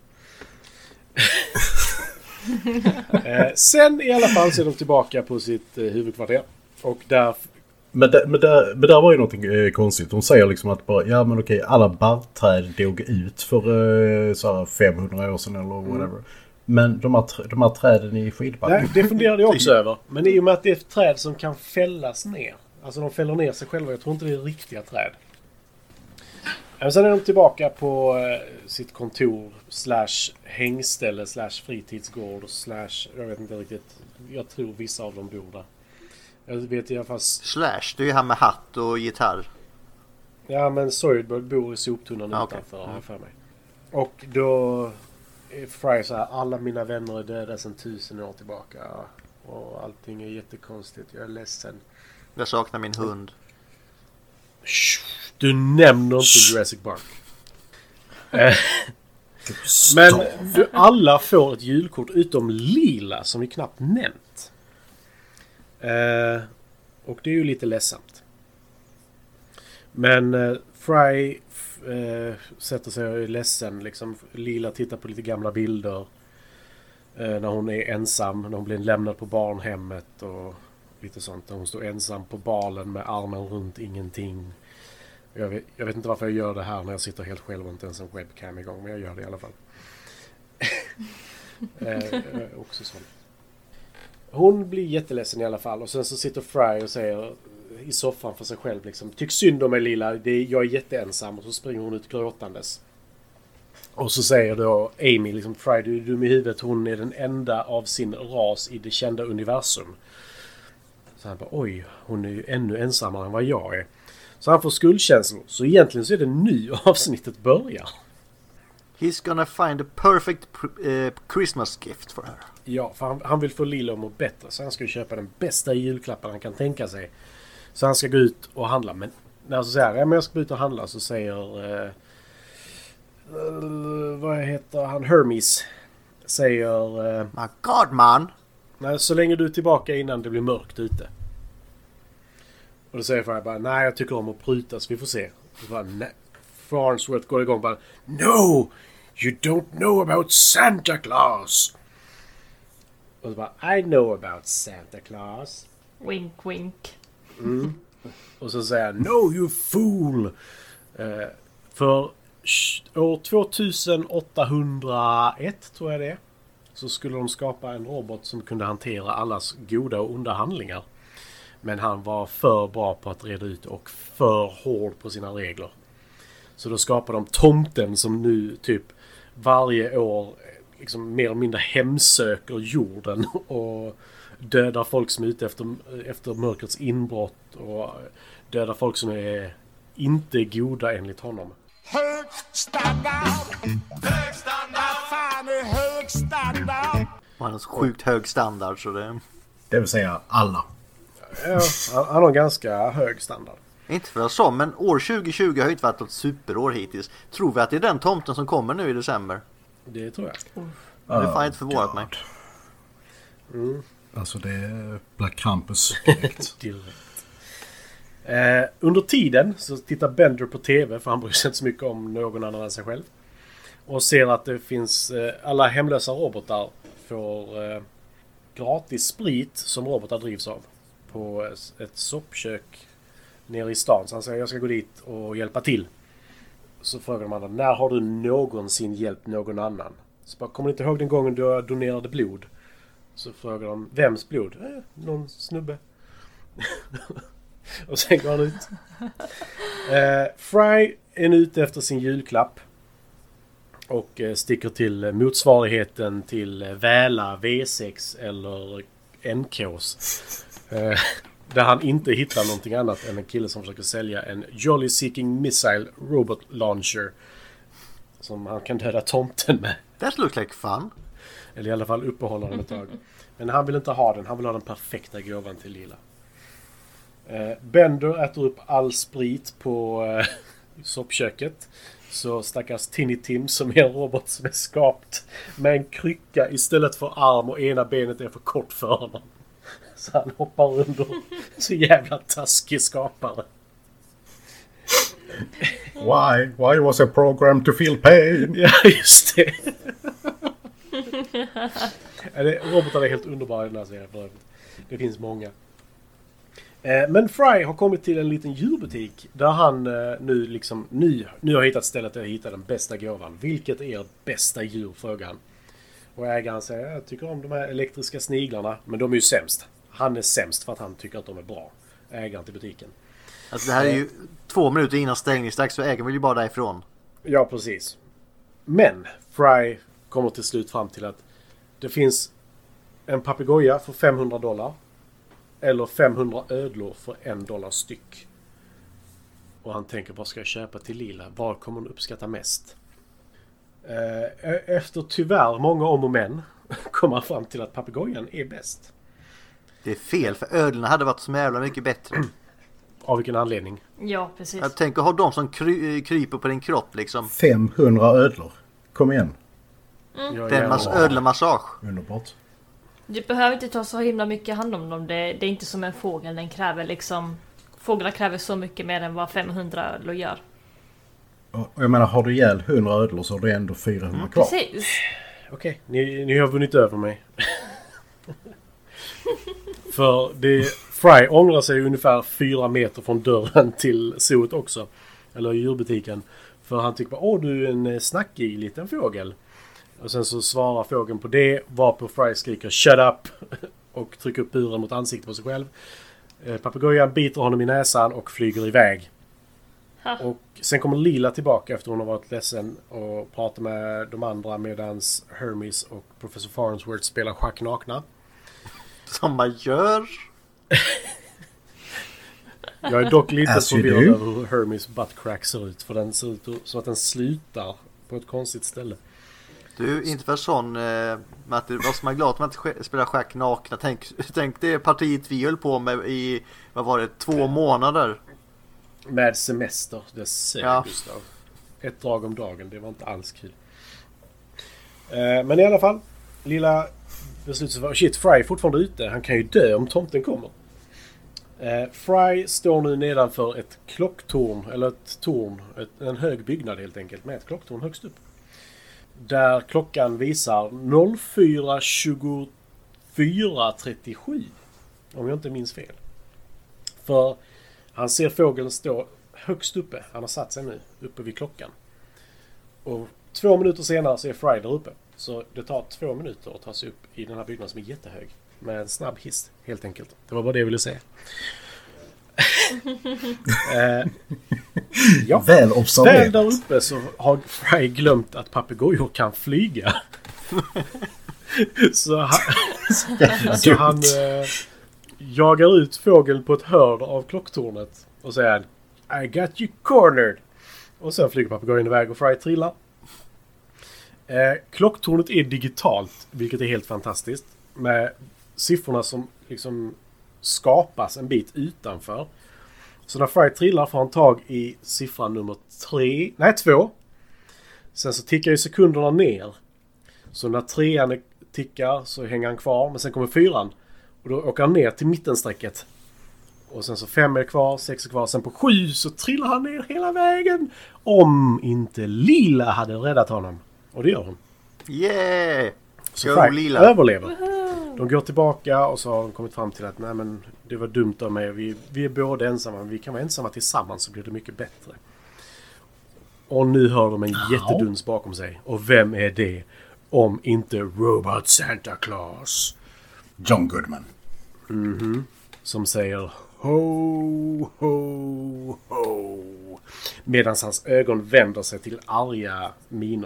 Sen i alla fall så är de tillbaka på sitt huvudkvarter. Och där... Men där var ju någonting konstigt. De säger liksom att bara, ja men okej, alla barrträd dog ut för så här 500 år sedan eller whatever. Men de här träden i skidbacken. Det funderade jag också över. Men i och med att det är ett träd som kan fällas ner. Alltså de fäller ner sig själva. Jag tror inte det är riktiga träd. Men sen är de tillbaka på sitt kontor / hängställe / fritidsgård / jag vet inte riktigt. Jag tror vissa av dem bor där. Jag vet i alla fall... Slash, det är ju han med hatt och gitarr. Ja, men Zoidberg bor i soptunnan utanför, har jag för mig. Och då är Fry så här, alla mina vänner är döda sedan 1000 år tillbaka. Och allting är jättekonstigt, jag är ledsen. Jag saknar min hund. Du nämner inte Jurassic Park. Men alla får ett julkort utom Lila som vi knappt nämnt. Och det är ju lite ledsamt. Men Fry sätter sig och är ledsen. Liksom, Lila tittar på lite gamla bilder. När hon är ensam. När hon blir lämnad på barnhemmet. Och lite sånt. När hon står ensam på balen med armen runt ingenting. Jag vet inte varför jag gör det här när jag sitter helt själv och inte ens en webcam igång. Men jag gör det i alla fall. Också sånt. Hon blir jätteledsen i alla fall. Och sen så sitter Fry och säger i soffan för sig själv liksom, tyck synd om mig Lila, jag är jätteensam. Och så springer hon ut gråtandes. Och så säger då Amy liksom, Fry, du är dum i huvudet. Hon är den enda av sin ras i det kända universum. Så han bara, oj, hon är ju ännu ensammare än vad jag är. Så han får skuldkänslor. Så egentligen så är det nu avsnittet börjar. He's gonna find a perfect Christmas gift for her. Ja, för han vill få Lila att må bättre. Så han ska köpa den bästa julklappen han kan tänka sig. Så han ska gå ut och handla. Men när han säger ja, men jag ska gå ut och handla, så säger vad heter han? Hermes säger My God, man! Nej, så länge du är tillbaka innan det blir mörkt ute. Och då säger Fry bara, nej, jag tycker om att pruta, så vi får se. Och bara, nej. Farnsworth går igång bara, no! You don't know about Santa Claus! Och så bara, I know about Santa Claus. Wink, wink. Mm. Och så säger han, no you fool! För år 2801 tror jag det är, så skulle de skapa en robot som kunde hantera allas goda och onda handlingar. Men han var för bra på att reda ut och för hård på sina regler. Så då skapade de tomten som nu typ varje år liksom mer eller mindre hemsöker jorden och dödar folk som är ute efter mörkrets inbrott och dödar folk som är inte goda enligt honom. Hög standard! Hög standard! Fan är hög standard! Och han har så sjukt hög standard så det... Det vill säga alla. Ja, han har ganska hög standard. Inte för att så, men år 2020 har ju inte varit ett superår hittills. Tror vi att det är den tomten som kommer nu i december? Det tror jag. Det har fan inte förvånat mig. Mm. Alltså det är Black Campus direkt. Direkt. Under tiden så tittar Bender på tv, för han bryr sig inte så mycket om någon annan än sig själv. Och ser att det finns alla hemlösa robotar får gratis sprit som robotar drivs av på ett soppkök nere i stan. Så han säger jag ska gå dit och hjälpa till. Så frågar de andra, när har du någonsin hjälpt någon annan? Så bara, kommer ni inte ihåg den gången du donerade blod? Så frågar de, vems blod? Någon snubbe. Och sen går han ut. Fry är nu ute efter sin julklapp. Och sticker till motsvarigheten till Väla V6 eller NKs. Där han inte hittar någonting annat än en kille som försöker sälja en Jolly Seeking Missile Robot Launcher. Som han kan döda tomten med. That looks like fun. Eller i alla fall uppehålla den ett tag. Men han vill inte ha den. Han vill ha den perfekta gåvan till Lila. Bender äter upp all sprit på soppköket. Så stackars Tinny Tim som är en robot som är skapt med en krycka istället för arm och ena benet är för kort för honom. Så han hoppar under. Så jävla taskig skapare. Why was I programmed to feel pain? Ja, just det. Robotar är helt underbara i den här serien. Det finns många. Men Fry har kommit till en liten djurbutik där han nu har hittat stället där jag hittar den bästa gåvan. Vilket är er bästa djur, frågar han. Och ägaren säger, jag tycker om de här elektriska sniglarna, men de är ju sämst. Han är sämst för att han tycker att de är bra. Ägaren till butiken. Alltså det här är ju 2 minuter innan stängningsdags, så ägaren vill ju bara därifrån. Ja, precis. Men Fry kommer till slut fram till att det finns en papegoja för $500 eller 500 ödlor för $1 styck. Och han tänker, vad ska jag köpa till Lila? Vad kommer hon uppskatta mest? Efter tyvärr många om och men kommer han fram till att papegojan är bäst. Det är fel, för ödlorna hade varit så jävla mycket bättre. Av vilken anledning? Ja, precis. Jag tänker ha de som kryper på din kropp liksom. 500 ödlor. Kom igen. Ödlemassage. Underbart. Du behöver inte ta så himla mycket hand om dem. Det är inte som en fågel. Den kräver liksom... Fåglar kräver så mycket mer än vad 500 ödlor gör. Och jag menar, har du ihjäl 100 ödlor så har du ändå 400 kvar. Precis. Okej, ni har vunnit över mig. För Fry ångrar sig ungefär 4 meter från dörren till zooet också. Eller djurbutiken. För han tycker bara, du är en snackig liten fågel. Och sen så svarar fågeln på det. Varpå Fry skriker, shut up! Och trycker upp buren mot ansiktet på sig själv. Papegojan biter honom i näsan och flyger iväg. Ha. Och sen kommer Lila tillbaka efter hon har varit ledsen och pratar med de andra medans Hermes och Professor Farnsworth spelar schack nakna. Som man gör. Jag är dock lite förvirrad över hur Hermes buttcrack ser ut. För den ser ut som att den slutar på ett konstigt ställe. Du, inte för sån Matti, vad som är glad att man inte spelar schack nakna. Tänk det partiet vi höll på med i, vad var det, 2 månader. Med semester, det säger ja. Gustav. Ett drag om dagen, det var inte alls kul. Men i alla fall, lilla beslutet var, shit, Fry är fortfarande ute. Han kan ju dö om tomten kommer. Fry står nu nedanför ett klocktorn, eller ett torn, en hög byggnad helt enkelt, med ett klocktorn högst upp. Där klockan visar 04:24:37. Om jag inte minns fel. För han ser fågeln stå högst uppe. Han har satt sig nu uppe vid klockan. Och 2 minuter senare så är Fry där uppe. Så det tar 2 minuter att ta sig upp i den här byggnaden som är jättehög. Med en snabb hiss, helt enkelt. Det var bara det jag ville säga. Ja. Väl observerat. Väl där uppe så har Fry glömt att papegojor kan flyga. så han jagar ut fågeln på ett hörn av klocktornet och säger I got you cornered. Och sen flyger papegojen iväg och Fry trillar. Klocktornet är digitalt, vilket är helt fantastiskt. Med siffrorna som liksom skapas en bit utanför. Så när Fry trillar får han tag i siffran nummer 2. Sen så tickar ju sekunderna ner. Så när 3:an tickar så hänger han kvar. Men sen kommer 4:an. Och då åker han ner till mittensträcket. Och sen så 5 är kvar, 6 är kvar. Sen på 7 så trillar han ner hela vägen. Om inte Lila hade räddat honom. Och det gör hon. Yeah! Så Fry överlever. De går tillbaka och så har de kommit fram till att nej, men det var dumt av mig. Vi är båda ensamma, men vi kan vara ensamma tillsammans så blir det mycket bättre. Och nu hör de en jätteduns bakom sig. Och vem är det om inte Robot Santa Claus? John Goodman. Som säger ho, ho, ho. Medan hans ögon vänder sig till arga miner.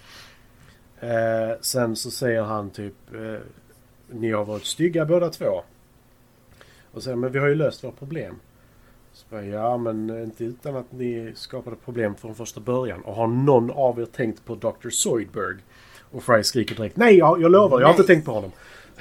Sen så säger han typ ni har varit stygga båda två. Och säger men vi har ju löst våra problem. Så bara, ja men inte utan att ni skapade problem från första början. Och har någon av er tänkt på Dr. Zoidberg? Och Fry skriker direkt nej jag lovar jag har inte tänkt på honom.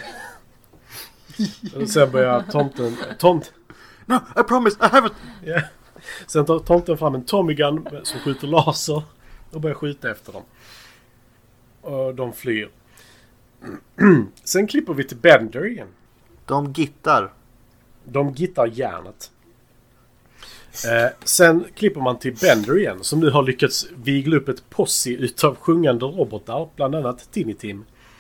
Och sen börjar tomten No, I promise, I haven't. Yeah. Sen tar tomten fram en Tommy Gun som skjuter laser och börjar skjuta efter dem. Och de flyr. Sen klipper vi till Bender igen. De gittar. De gittar järnet. Sen klipper man till Bender igen som nu har lyckats vigla upp ett posse utav sjungande robotar. Bland annat Tiny Tim.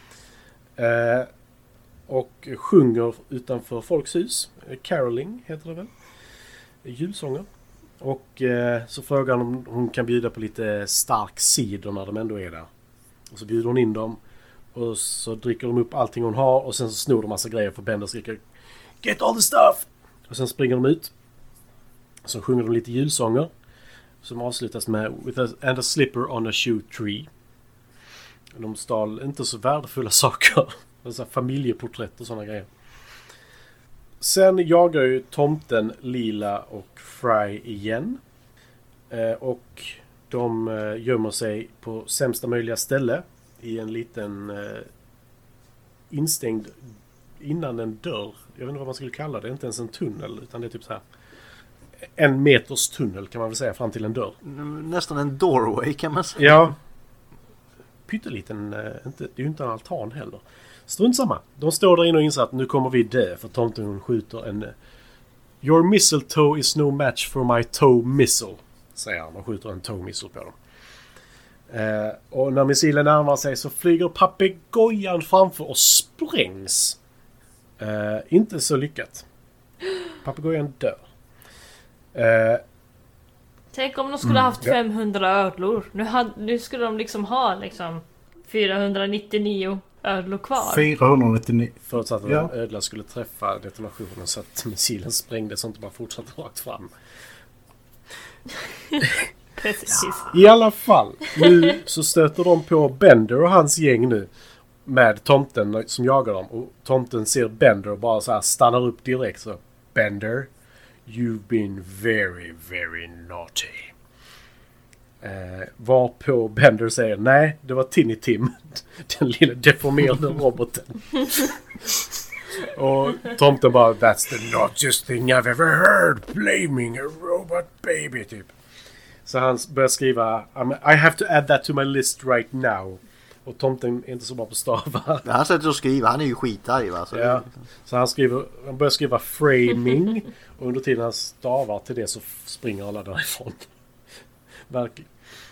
Och sjunger utanför folks hus. Caroling heter det väl. Julsånger. Och så frågar hon om hon kan bjuda på lite stark cider när de ändå är där. Och så bjuder hon in dem. Och så dricker de upp allting hon har. Och sen så snor de massa grejer för Bender skriker get all the stuff! Och sen springer de ut. Så sjunger de lite julsånger. Som avslutas med and a slipper on a shoe tree. De stal inte så värdefulla saker. Så familjeporträtt och sådana grejer. Sen jagar ju tomten Lila och Fry igen. Och de gömmer sig på sämsta möjliga ställe. I en liten instängd innan en dörr. Jag vet inte vad man skulle kalla det. Inte ens en tunnel utan det är typ så här. 1 meters tunnel kan man väl säga fram till en dörr. Nästan en doorway kan man säga. Ja. Pytteliten. Det är ju inte en altan heller. Strunt samma. De står där inne och inser att nu kommer vi dö. För tomten skjuter en your mistletoe is no match for my toe missile. Säger han och skjuter en toe missile på dem. Och när missilen närmar sig så flyger papegojan framför och sprängs. Inte så lyckat. Papegojan dör. Tänk om de skulle haft 500 ödlor. Nu skulle de liksom ha 499 ödlor kvar. 499. Förutsatt att en ödla skulle träffa detonationen så att missilen sprängdes och inte bara fortsatte rakt fram. Precis. I alla fall, nu så stöter de på Bender och hans gäng nu. Med tomten som jagar dem. Och tomten ser Bender och bara så här stannar upp direkt så. Bender, you've been very, very naughty. Varpå Bender säger nej, det var Tiny Tim. Den lilla deformerade roboten. Och tomten bara that's the naughtiest thing I've ever heard. Blaming a robot baby typ. Så han börjar skriva I have to add that to my list right now. Och tomten är inte så bra på stavar. Han sätter och skriver, han är ju skitarg va? Så, ja. Så han börjar skriva framing. Och under tiden han stavar till det så springer alla därifrån. Verkligen.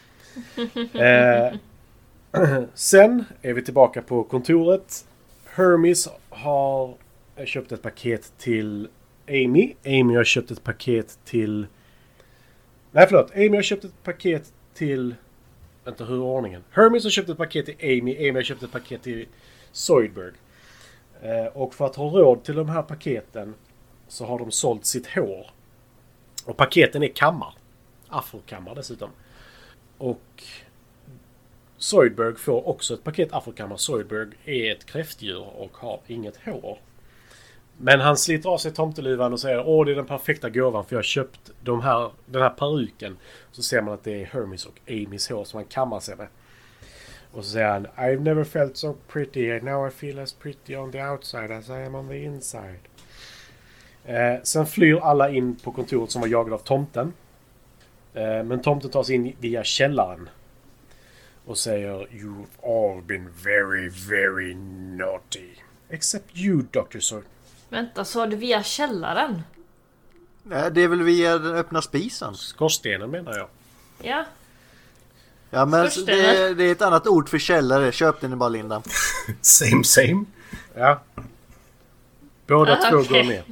Sen är vi tillbaka på kontoret. Hermes har köpt ett paket till Amy. Amy har köpt ett paket till... Nej förlåt. Amy har köpt ett paket till... Vänta, hur är ordningen? Hermes har köpt ett paket till Amy. Amy har köpt ett paket till Zoidberg. Och för att ha råd till de här paketen så har de sålt sitt hår. Och paketen är kammar. Afrokammar dessutom. Och Zoidberg får också ett paket afrokammar. Zoidberg är ett kräftdjur och har inget hår. Men han sliter av sig tomteluvan och säger det är den perfekta gåvan för jag har köpt den här peruken. Så ser man att det är Hermes och Amys hår som han kammar sig med. Och så säger han I've never felt so pretty and now I feel as pretty on the outside as I am on the inside. Sen flyr alla in på kontoret som var jagade av tomten. Men tomten tar sig in via källaren. Och säger you've all been very, very naughty. Except you, Dr. Zoid. Vänta, så du via källaren? Nej, det är väl via den öppna spisen. Skorstenen menar jag. Ja. Ja, men det är ett annat ord för källare. Köp den bara, Linda. Same. Ja. Båda två går ner.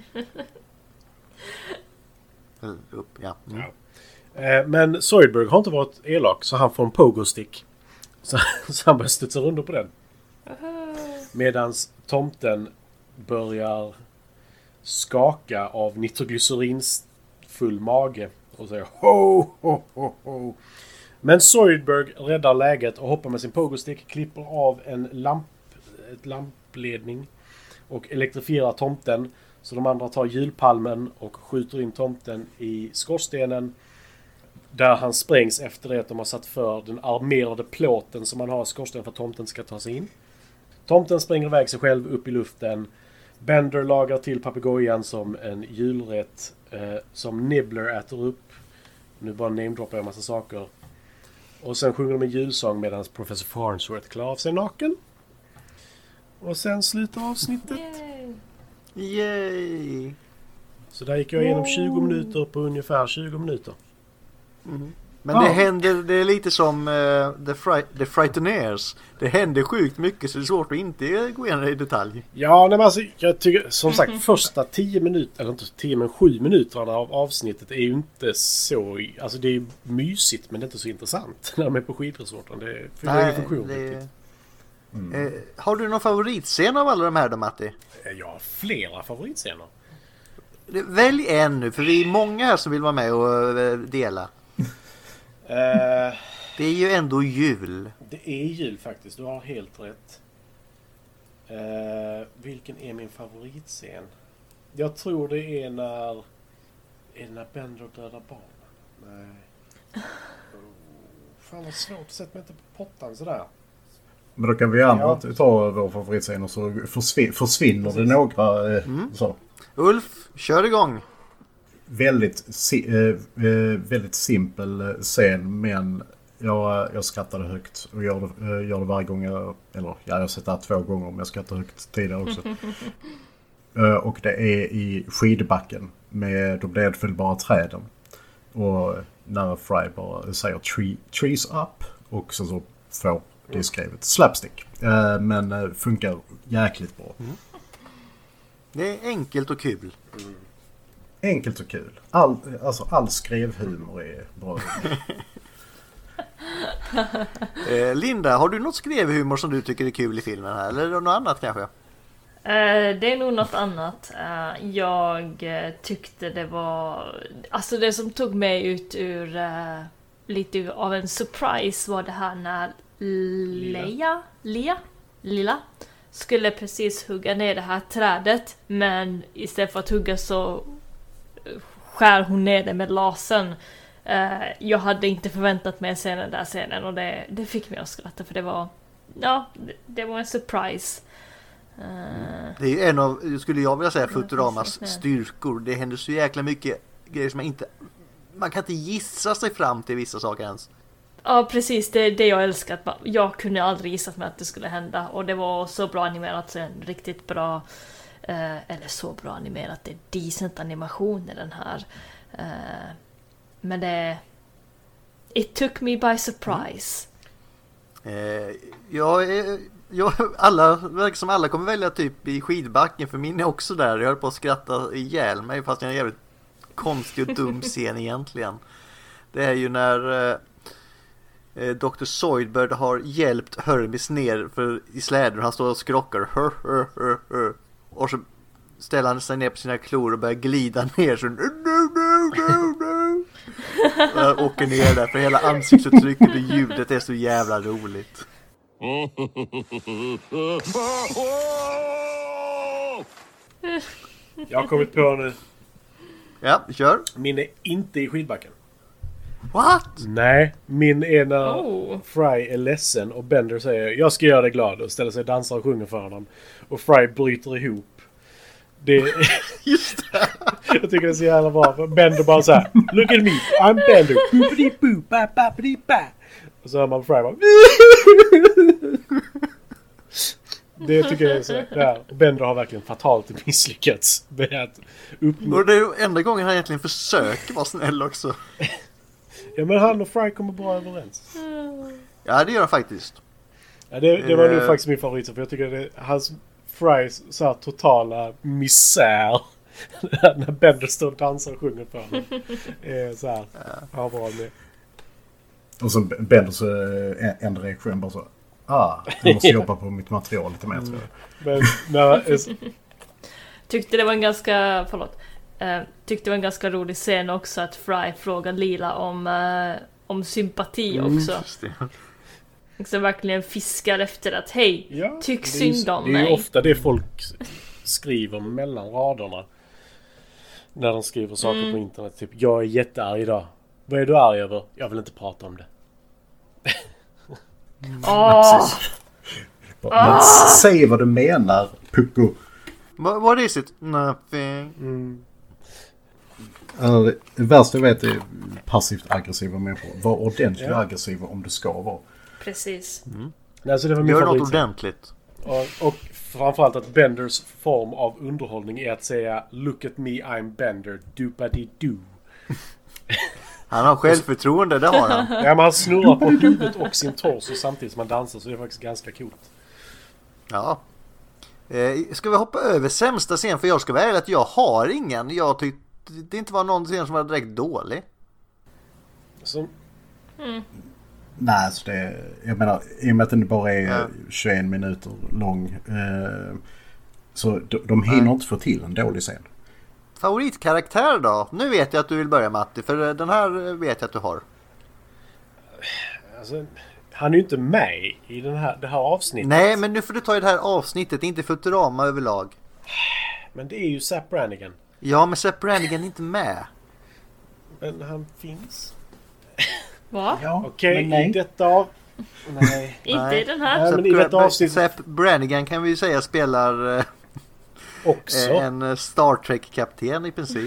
Upp, ja. Mm. Men Zoidberg har inte varit elak så han får en pogo-stick. Så han börjar studsa runt på den. Medans tomten börjar skaka av nitroglycerins full mage och säger ho, ho, ho, ho. Men Zoidberg räddar läget och hoppar med sin pogo-stick, klipper av ett lampledning och elektrifierar tomten. Så de andra tar hjulpalmen och skjuter in tomten i skorstenen. Där han sprängs efter det att de har satt för den armerade plåten som man har i skorstenen för att tomten ska ta sig in. Tomten springer iväg sig själv upp i luften. Bender lagar till papegojan som en julrätt som Nibbler äter upp. Nu bara namedroppar jag en massa saker. Och sen sjunger de en julsång medan Professor Farnsworth klär av sig naken. Och sen slutar avsnittet. Yay! Så där gick jag igenom 20 minuter på ungefär 20 minuter. Mm. Men det händer, det är lite som The Frighteners. Det händer sjukt mycket så det är svårt att inte gå igenom i detalj. Ja, men alltså, jag tycker som sagt första 10 minuter, eller inte 10 men 7 minuterna av avsnittet är ju inte så, alltså det är mysigt men det är inte så intressant när de är på skidresorten. Det fyller ingen funktion riktigt. Har du någon favoritscen av alla de här då, Matti? Jag har flera favoritscener. Välj en nu, för vi är många här som vill vara med och dela. Det är ju ändå jul. Det är jul faktiskt, du har helt rätt. Vilken är min favoritscen? Jag tror det är när Bender dödar barnen. Nej. Fan vad svårt, sätt mig inte på pottan sådär. Men då kan vi andra ta vår favoritscen och så försvinner det några så. Ulf, kör igång. Väldigt simpel scen, men jag skrattade högt och gör det varje gång jag har sett det här 2 gånger, men jag skrattar högt tidigare också. Och det är i skidbacken med de nedfällbara träden. Och när Fry bara säger trees up och så får det skrivet slapstick. Men funkar jäkligt bra. Det är enkelt och kul. Enkelt och kul. All skrevhumor är bra. Linda, har du något skrevhumor som du tycker är kul i filmen här? Eller något annat kanske? Det är nog något annat. Jag tyckte det var... Alltså det som tog mig ut ur lite av en surprise var det här när Lilla skulle precis hugga ner det här trädet, men istället för att hugga så skär hon ner det med lasern. Jag hade inte förväntat mig att se den där scenen och det fick mig att skratta, för det var en surprise. Det är ju en av, skulle jag vilja säga, Futuramas styrkor. Det händer så jäkla mycket grejer som man kan inte gissa sig fram till vissa saker ens. Ja, precis. Det är det jag älskar. Jag kunde aldrig gissat mig att det skulle hända. Och det var så bra animerat, så en riktigt bra... eller så bra animerat. Det är decent animation i den här. Men det... It took me by surprise. Alla kommer välja typ i skidbacken. För min är också där. Jag höll på att skratta ihjäl mig, fast jag är en jävligt konstig och dum scen egentligen. Det är ju när... Dr. Zoidberg har hjälpt Hermes ner i släden. Han står och skrockar. Och så ställer han sig ner på sina klor och börjar glida ner. Så åker ner där. För hela ansiktsuttrycket och ljudet är så jävla roligt. Jag har kommit på nu. Ja, kör. Min är inte i skidbacken. What? Nej, min är när Fry är ledsen och Bender säger jag ska göra dig glad och ställer sig och dansar och sjunger för honom. Och Fry bryter ihop. Just det. Jag tycker det är så jävla bra. För Bender bara så här: look at me, I'm Bender. Och så hör man Fry bara... Det tycker jag är så där. Bender har verkligen fatalt misslyckats med att uppnå. Och det är enda gången han egentligen försöker vara snäll också. Ja, men han och Fry kommer bra överens. Ja, det gör han faktiskt. Ja, det var nog faktiskt min favorit, för jag tycker att hans Frys så här totala misär när Bender står och dansar och sjunger på honom. Så här. Ja, bra med. Och så Benders enda reaktion bara så. Jag måste jobba på mitt material lite mer tror jag. Men Tyckte det var en ganska rolig scen också att Fry frågar Lila om sympati också. Just det. Så verkligen fiskar efter att hej, tyck synd om mig. Det är ju ofta det folk skriver mellan raderna. När de skriver saker på internet. Typ, jag är jättearg idag. Vad är du arg över? Jag vill inte prata om det. Men säg vad du menar, Pucko. What is it? Nothing. Det värsta jag vet är passivt aggressiva människor. Var ordentligt aggressiva om du ska vara. Precis. Alltså, det var min Gör favorit. något ordentligt. Och framförallt att Benders form av underhållning är att säga Look at me, I'm Bender, doop-a-dee-doo. Han har självförtroende, det har han. Ja, men han snurrar på huvudet och sin torso samtidigt som han dansar, så det är faktiskt ganska coolt. Ja. Ska vi hoppa över sämsta scen? För jag ska vara ärlig att jag har ingen. Jag tyckte det inte var någon scen som var direkt dålig. Så, Nej, så det, jag menar, i och med att den bara är 21 minuter lång så de hinner inte få till en dålig scen. Favoritkaraktär då? Nu vet jag att du vill börja, Matti, för den här vet jag att du har. alltså, han är ju inte med i det här avsnittet. Nej, men nu får du ta i det här avsnittet, inte Futurama överlag. Men det är ju Zapp Brannigan. Ja, men Zapp Brannigan är inte med. Men han finns. Va? Ja, Okej, men nej. i detta Nej. Inte i den här. Nej, men i detta avsnitt Zapp Brannigan kan vi ju säga spelar också. en Star Trek-kapten i princip.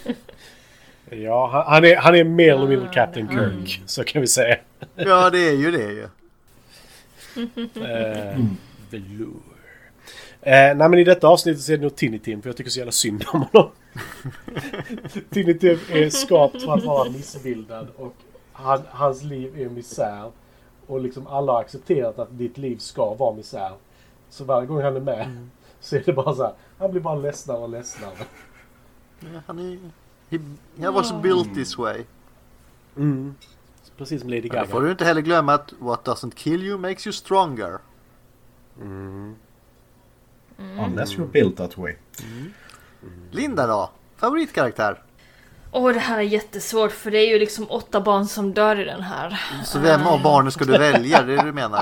Ja, han är mer eller mindre Captain Kirk, så kan vi säga. Ja, det är ju det ju. Velour. Nej, men i detta avsnittet så är det nog Tiny Tim, för jag tycker så jävla synd om honom. Tiny Tim är skapt för att vara missbildad och hans liv är misär. Och liksom alla har accepterat att ditt liv ska vara misär. Så varje gång han är med så är det bara så här, han blir bara ledsnare och ledsnare. He was built this way. Precis som Lady Men Gaga. då får du inte heller glömma att what doesn't kill you makes you stronger. Unless you're built that way. Linda då? Favoritkaraktär? Det här är jättesvårt för det är ju liksom 8 barn som dör i den här. Så vem av barnen ska du välja? Det är det du menar?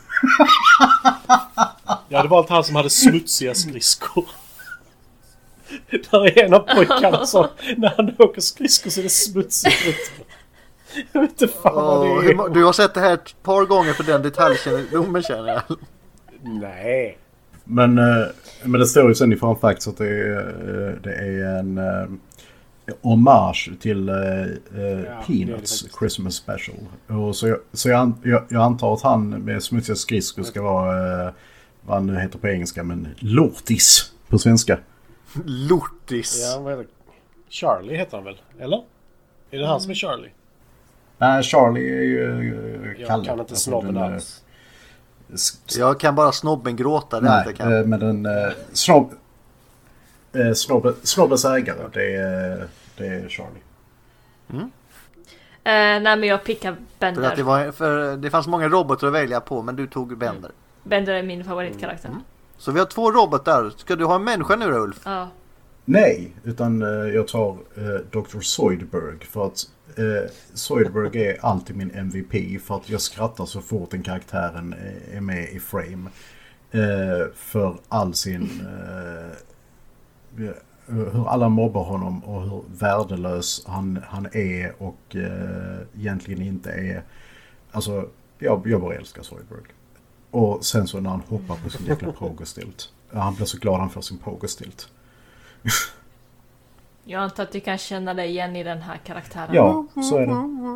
Jag hade valt han som hade smutsiga skridskor. Där är en av pojkarna som när han åker skridskor så är det smutsigt ut. Jag vet inte fan vad det är. Du har sett det här ett par gånger för den detaljkännedomen, känner jag. Nej. Men det står ju sen i fun facts att det är en hommage till Peanuts Christmas special. Och så jag antar att han med smutsiga skridskor ska vara vad han nu heter på engelska, men Lortis på svenska. Lortis. Ja, vad heter Charlie heter han väl? Eller? Är det han som är Charlie? Nej, Charlie är ju Kalle. Jag kan inte snobben alls. Jag kan bara snobben gråta. Nej, men den snobbens ägare, det är Charlie. Nej, men jag pickar Bender. För det fanns många robotar att välja på, men du tog Bender. Bender är min favoritkaraktär. Så vi har 2 robotar. Ska du ha en människa nu då, Ulf? Ja. Nej, utan jag tar Dr. Zoidberg för att Zoidberg är alltid min MVP för att jag skrattar så fort en karaktären är med i frame. För all sin hur alla mobbar honom och hur värdelös han är och egentligen inte är. Alltså, jag bara älskar Zoidberg. Och sen så när han hoppar på sin jäkla pogostilt. Han blir så glad han får sin pogostilt. Jag antar att du kan känna dig igen i den här karaktären. Ja, så är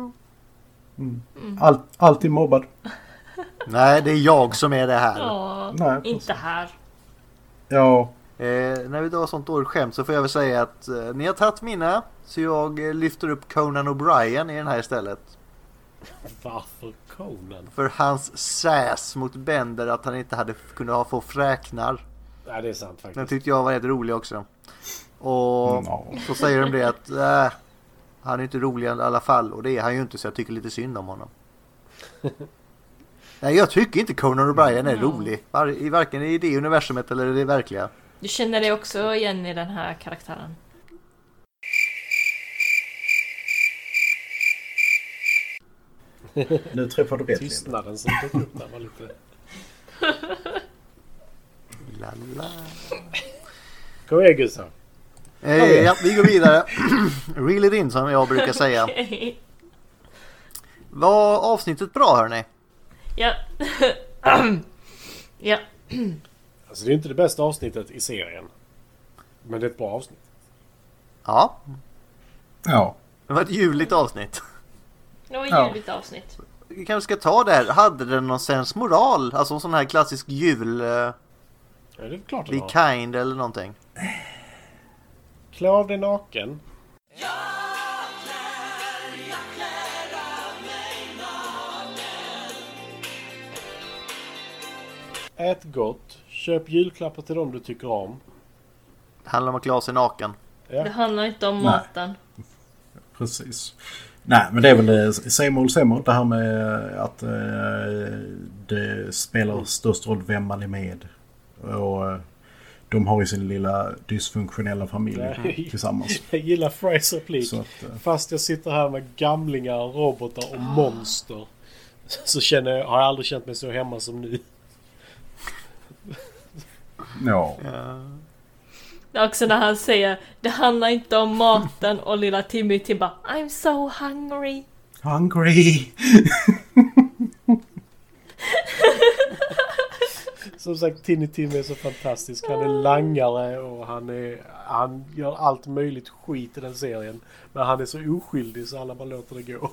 det. Alltid mobbad. Nej, det är jag som är det här. Nej, inte här. Ja. När vi drar sånt skämt så får jag väl säga att ni har tagit mina, så jag lyfter upp Conan O'Brien i den här istället. Varför Conan? För hans sass mot Bender att han inte hade kunnat få fräknar. Nej, det är sant faktiskt. Den tyckte jag var rätt rolig också. Och så säger de det att han är inte rolig i alla fall. Och det är han ju inte, så jag tycker lite synd om honom. Nej, jag tycker inte Conan O'Brien är rolig. Varken i det universumet eller det verkliga. Du känner dig också igen i den här karaktären? Nu träffar du rätt. Tystnaden som dök upp där var lite... Lala. Kom igen, Gustav. Ja, vi går vidare. Reel it in, som jag brukar säga. Var avsnittet bra, hörni? Ja. Ja. Alltså det är inte det bästa avsnittet i serien. Men det är ett bra avsnitt. Ja. Ja. Det var ett ljuvligt avsnitt. Det var ett ljuvligt avsnitt. Vi kanske ska ta det här. Hade den någon sensmoral? Alltså en sån här klassisk jul... Ja, det är klart det Be var. kind eller någonting. Klä av dig naken. Ät gott. Köp julklappar till dem du tycker om. Det handlar om att klä av sig naken. Ja. Det handlar inte om maten. Precis. Nej, men det är väl same old, det här med att det spelar störst roll vem man är med. Och de har ju sin lilla dysfunktionella familj tillsammans. Jag gillar Frys replik. Så att, Fast jag sitter här med gamlingar, robotar och monster. Så har jag aldrig känt mig så hemma som nu. ja. Det är också när han säger det handlar inte om maten och lilla Timmy bara I'm so hungry. Hungry! Som sagt, Timmy är så fantastisk. Han är langare och han gör allt möjligt skit i den serien. Men han är så oskyldig så alla bara låter det gå.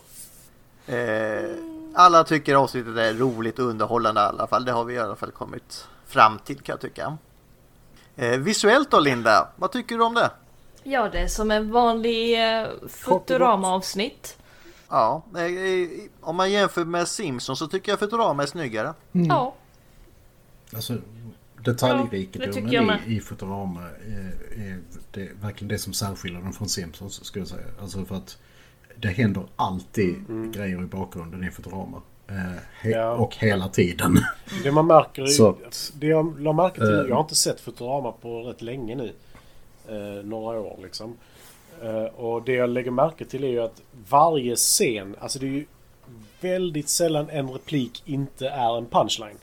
Alla tycker avsnittet är roligt och underhållande i alla fall. Det har vi i alla fall kommit fram till, kan jag tycka. Visuellt då, Linda, vad tycker du om det? Ja, det är som en vanlig Futurama-avsnitt. Ja, om man jämför med Simpsons så tycker jag Futurama är snyggare. Ja. Alltså, det tycker jag detaljrikedomen med. i Futurama är det verkligen det som särskiljer den från Simpsons, skulle jag säga. Alltså för att det händer alltid grejer i bakgrunden i Futurama. Och hela tiden. Det man märker Så, det jag la märke till, jag har inte sett Futurama på rätt länge nu. Några år liksom. Och det jag lägger märke till är ju att varje scen, alltså det är ju väldigt sällan en replik inte är en punchline.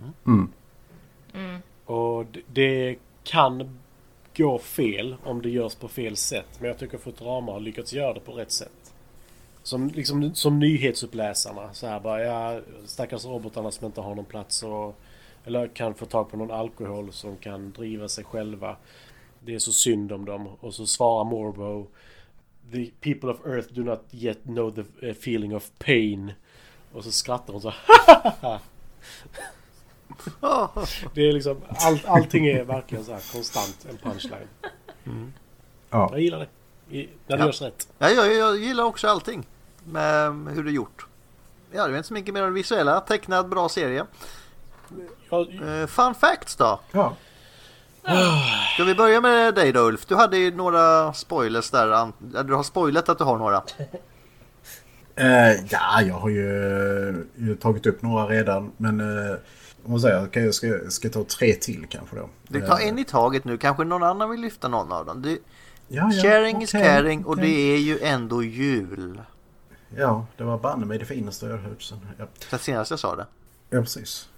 Och det kan gå fel om det görs på fel sätt. Men jag tycker Futurama har lyckats göra det på rätt sätt. Som nyhetsuppläsarna. Så här bara, stackars robotarna som inte har någon plats. Eller kan få tag på någon alkohol som kan driva sig själva. Det är så synd om dem. Och så svarar Morbo. The people of Earth do not yet know the feeling of pain. Och så skrattar hon så här. Det är liksom allting är verkligen så här konstant en punchline. Ja. Jag gillar det. När det görs rätt. Ja, jag gillar också allting med hur det är gjort. Ja, det är inte så mycket mer än det visuella. Tecknad, bra serie. Fun facts då? Ja. Ska vi börja med dig då, Ulf? Du hade ju några spoilers där. Du har spoilat att du har några. Ja, jag har ju tagit upp några redan. Men om man säger, jag ska ta 3 till kanske då. Du tar en i taget nu. Kanske någon annan vill lyfta någon av dem. Sharing is okay, caring och det är ju ändå jul. Ja, det var banne mig det finaste jag har hört sen. Ja. Det senaste jag sa det. Ja, precis.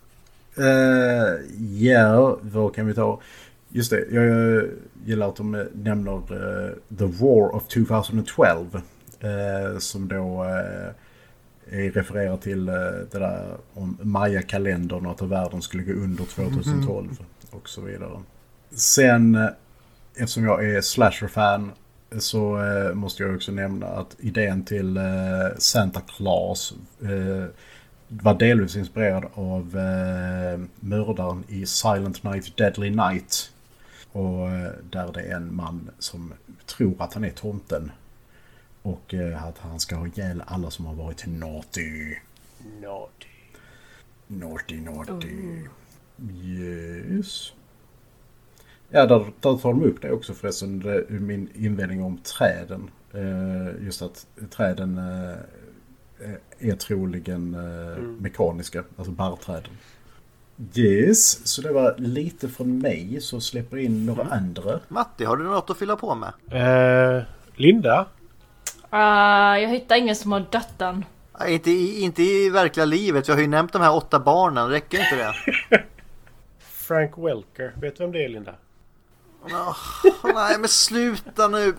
Ja, vad kan vi ta? Just det, jag gillar att de nämner The War of 2012. Som då refererar till det där om Maya-kalendern och att världen skulle gå under 2012 och så vidare. Sen, eftersom jag är slasher-fan så måste jag också nämna att idén till Santa Claus var delvis inspirerad av mördaren i Silent Night, Deadly Night. Och där det är en man som tror att han är tomten. Och att han ska ha ihjäl alla som har varit naughty. Naughty. Yes. Ja, där tar de upp det också förresten. Det är min invändning om träden. Just att träden är troligen mekaniska. Alltså barrträden. Yes, så det var lite från mig. Så släpper in några andra. Matti, har du något att fylla på med? Linda? Jag hittar ingen som har dött än. Inte i verkliga livet. Jag har ju nämnt de här 8 barnen. Räcker inte det? Frank Welker. Vet du vem det är, Linda? Nej, men sluta nu.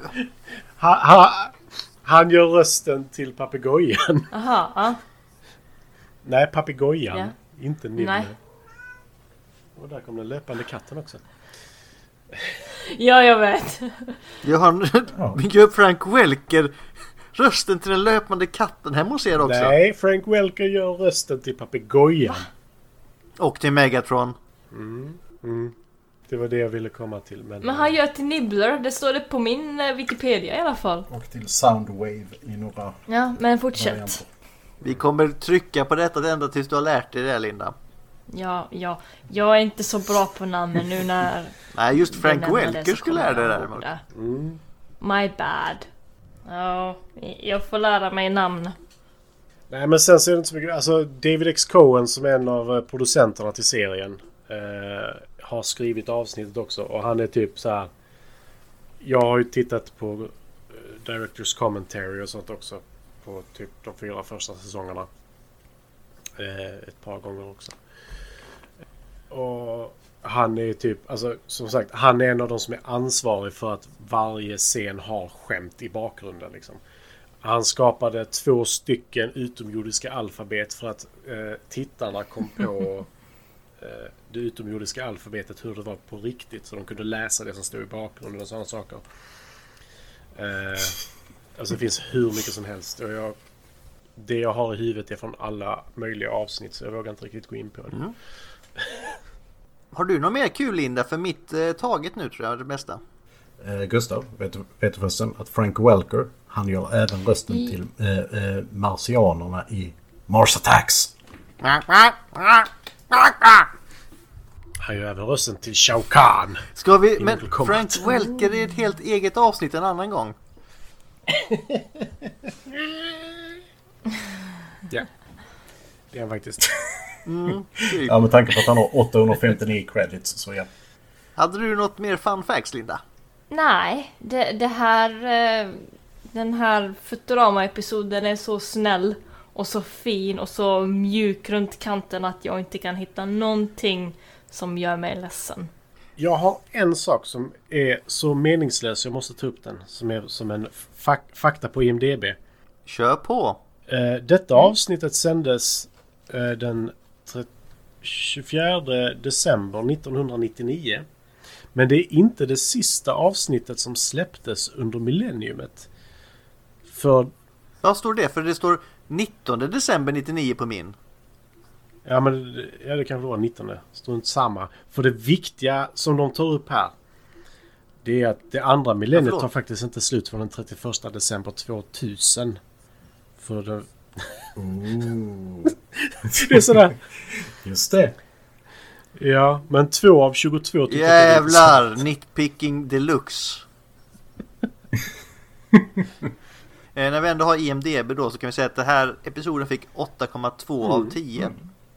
Han gör rösten till papegojan. Aha, Nej, papegojan. Ja. Inte Nibble. Nej. Och där kom den löpande katten också. Ja, jag vet. Jag har min grupp Frank Welker. Rösten till den löpande katten hemma hos er också. Nej, Frank Welker gör rösten till papegojan. Och till Megatron. Det var det jag ville komma till. Men Men han gör till Nibbler. Det står det på min Wikipedia i alla fall. Och till Soundwave i några Ja, men fortsätt. varianter. Vi kommer trycka på detta ända tills du har lärt dig det, Linda. Ja. Jag är inte så bra på namnen nu när... Nej, just Frank du nämner det, Welker så skulle kommer lära dig jag det ihåg där. det. My bad. Ja, jag får lära mig namn. Nej, men sen så är det inte så mycket. Alltså, David X. Cohen som är en av producenterna till serien har skrivit avsnittet också. Och han är typ så här. Jag har ju tittat på Directors Commentary och sånt också. På typ de 4 första säsongerna. Ett par gånger också. Och han är typ, alltså som sagt, han är en av de som är ansvarig för att varje scen har skämt i bakgrunden liksom. Han skapade 2 stycken utomjordiska alfabet för att tittarna kom på det utomjordiska alfabetet, hur det var på riktigt, så de kunde läsa det som stod i bakgrunden och sådana saker. Alltså det finns hur mycket som helst. Och det jag har i huvudet är från alla möjliga avsnitt, så jag vågar inte riktigt gå in på det. Har du något mer kul, Linda? För mitt taget nu tror jag är det bästa. Gustav, vet du förresten att Frank Welker, han gör även rösten till marsianerna i Mars Attacks. Han gör även rösten till Shao Kahn. Ska vi... Men Mortal Kombat. Frank Welker är ett helt eget avsnitt en annan gång. Ja, det är han faktiskt. Ja, med tanke på att han har 859 credits, så ja. Hade du något mer fun facts, Linda? Nej, det här... Den här Futurama-episoden är så snäll och så fin och så mjuk runt kanten att jag inte kan hitta någonting som gör mig ledsen. Jag har en sak som är så meningslös, jag måste ta upp den, som är som en fakta på IMDb. Kör på. Detta avsnittet sändes den 24 december 1999. Men det är inte det sista avsnittet som släpptes under millenniumet. För... Vad står det? För det står 19 december 99 på min. Ja, men det kanske var 19. Det står inte samma. För det viktiga som de tar upp här, det är att det andra millenniet tar faktiskt inte slut för den 31 december 2000. För det... Det är sådär. Just det. Ja, men 2 av 22 tycker Jävlar, nitpicking deluxe. När vi ändå har IMDb då, så kan vi säga att den här episoden fick 8,2 av 10.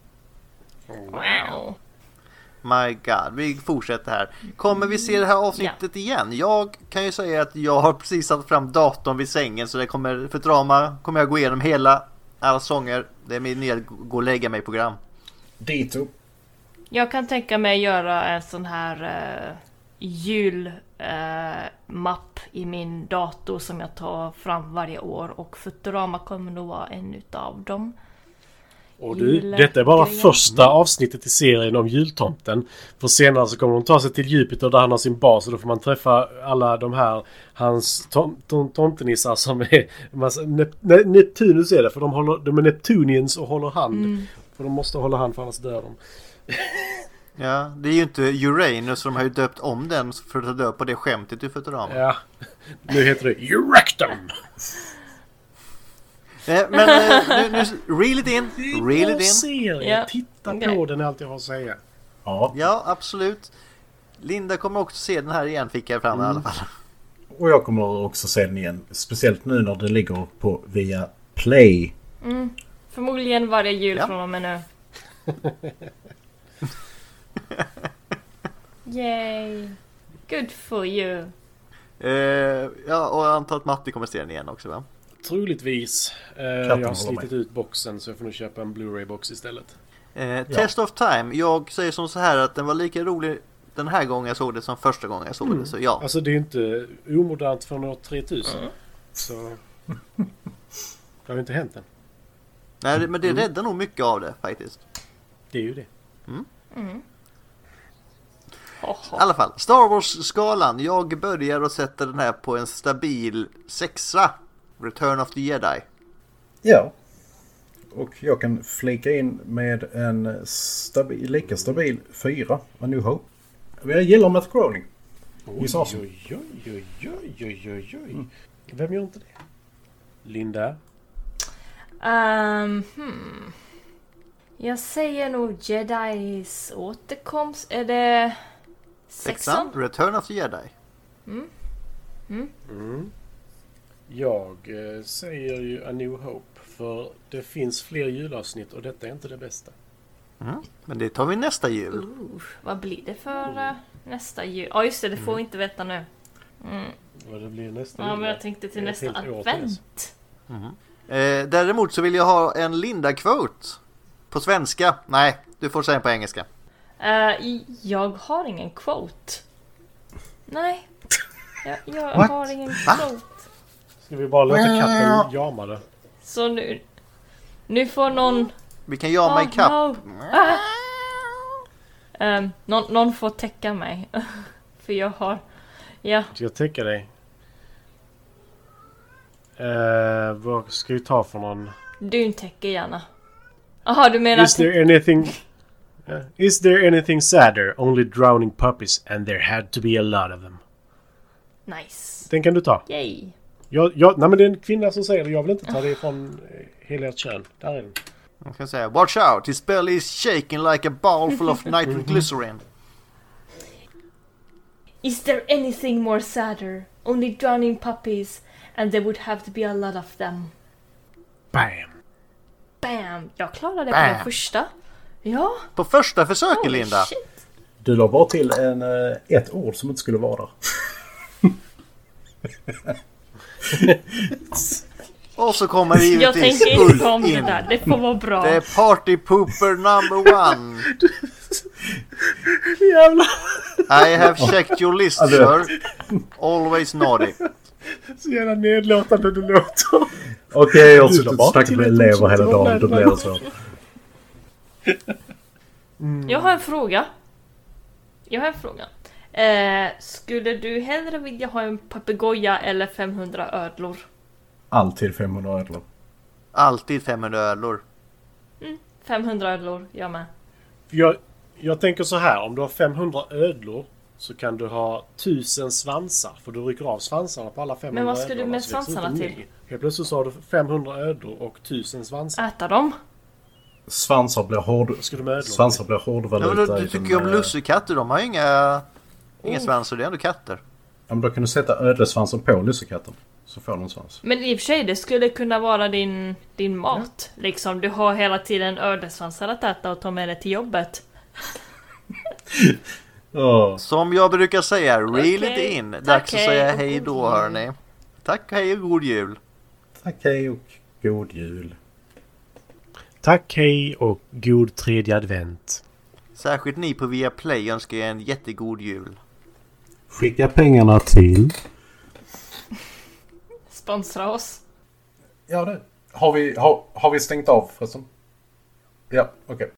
Wow. My God, vi fortsätter här. Kommer vi se det här avsnittet igen? Jag kan ju säga att jag har precis satt fram datorn vid sängen, så det kommer, för drama kommer jag gå igenom alla sånger. Det är min nya gå och lägga mig program. Dito. Jag kan tänka mig göra en sån här julmapp i min dator som jag tar fram varje år, och Futurama kommer nog vara en utav dem. Och detta är bara första avsnittet i serien om jultomten. För senare så kommer de ta sig till Jupiter där han har sin bas, och då får man träffa alla de här hans tomtenissar som är Neptunus är det, för de är Neptunians och håller hand. För de måste hålla hand för annars dör de. Ja, det är ju inte Uranus, för de har ju döpt om den för att dö på det skämtet i Futurama. Ja, nu heter det Erectum. Men nu reel it in. Serie. Ja. Titta på den, är allt jag har att säga. Ja. Ja, absolut. Linda kommer också se den här igen, fick jag fram i alla fall. Och jag kommer också se den igen. Speciellt nu när den ligger på via Play. Förmodligen varje jul från och med nu. Yay. Good for you. Ja, och jag antar att Matti kommer se den igen också, va? Troligtvis. Jag har slitit ut boxen så jag får nog köpa en Blu-ray-box istället. Test of Time. Jag säger som så här att den var lika rolig den här gången jag såg det som första gången jag såg det. Så ja. Alltså det är inte omodernt från år 3000. Så det har ju inte hänt än. Nej, men det räddar nog mycket av det faktiskt. Det är ju det. I alla fall, Star Wars-skalan. Jag börjar att sätta den här på en stabil 6. Return of the Jedi. Ja. Och jag kan flika in med en lika stabil 4. A New Hope. Jag gillar Matt Groening. Oj. Vem gör inte det? Linda? Jag säger nog Jedis återkomst. Är det 6? Return of the Jedi. Jag säger ju A New Hope. För det finns fler julavsnitt och detta är inte det bästa. Men det tar vi nästa jul. Vad blir det för nästa jul? Ja just det, det får vi inte veta nu. Vad det blir nästa Ja jul? men jag tänkte till nästa advent. Däremot så vill jag ha en Linda-quote. På svenska. Nej, du får säga på engelska. Jag har ingen quote. Nej. Jag har ingen quote. Ska vi bara låta katten jama det? Så nu får någon... Vi kan jama i kapp. No. Någon får täcka mig. För jag har... Ja. Ska jag täcka dig? Vad ska vi ta för någon? Du täcker gärna. Jaha, du menar... Is there anything sadder? Only drowning puppies and there had to be a lot of them. Nice. Den kan du ta. Yay. Nej men det är en kvinna som säger det. Jag vill inte ta det från hela kön. Där är den. Man kan säga, watch out, his belly is shaking like a ball full of nitroglycerin. Is there anything more sadder? Only drowning puppies and there would have to be a lot of them. Bam! Bam! Jag klarade det på den första. Ja. På första försöket, Linda. Shit. Du la bara till ett ord som inte skulle vara där. Och så kommer det givetvis Jag tänker inte om det där. Det får vara bra. Det är party pooper number 1. Jävlar! I have checked your list, sir. Always naughty. Så jävla nedlåtande du låter. Okej, jag har suttit och snackat med elever hela dagen. Då blir det så. Jag har en fråga. Skulle du hellre vilja ha en papegoja eller 500 ödlor? Alltid 500 ödlor. Alltid 500 ödlor. 500 ödlor, jag med. Jag tänker så här, om du har 500 ödlor så kan du ha 1000 svansar. För du rycker av svansarna på alla 500 ödlor. Men vad ska du med svansarna till? Helt plötsligt så har du 500 ödlor och 1000 svansar. Äta dem? Svansar blir hårdvaluta. Ja, du tycker ju om lussekatter, de har inga svansar, det är ändå katter. Ja, men då kan du sätta ödlesvansen på lussekatten. Så får du en svans. Men i och för sig, det skulle kunna vara din mat. Ja. Liksom, du har hela tiden ödlesvansar att äta och ta med det till jobbet. Som jag brukar säga, reel it in. Dags att säga hej då, hörni. Tack, hej och god jul. Tack, hej och god jul. Tack, hej och god tredje advent. Särskilt ni på Viaplay önskar jag en jättegod jul. Skicka pengarna till... Sponsra oss. Ja, det. Har vi stängt av förresten? Ja, okej.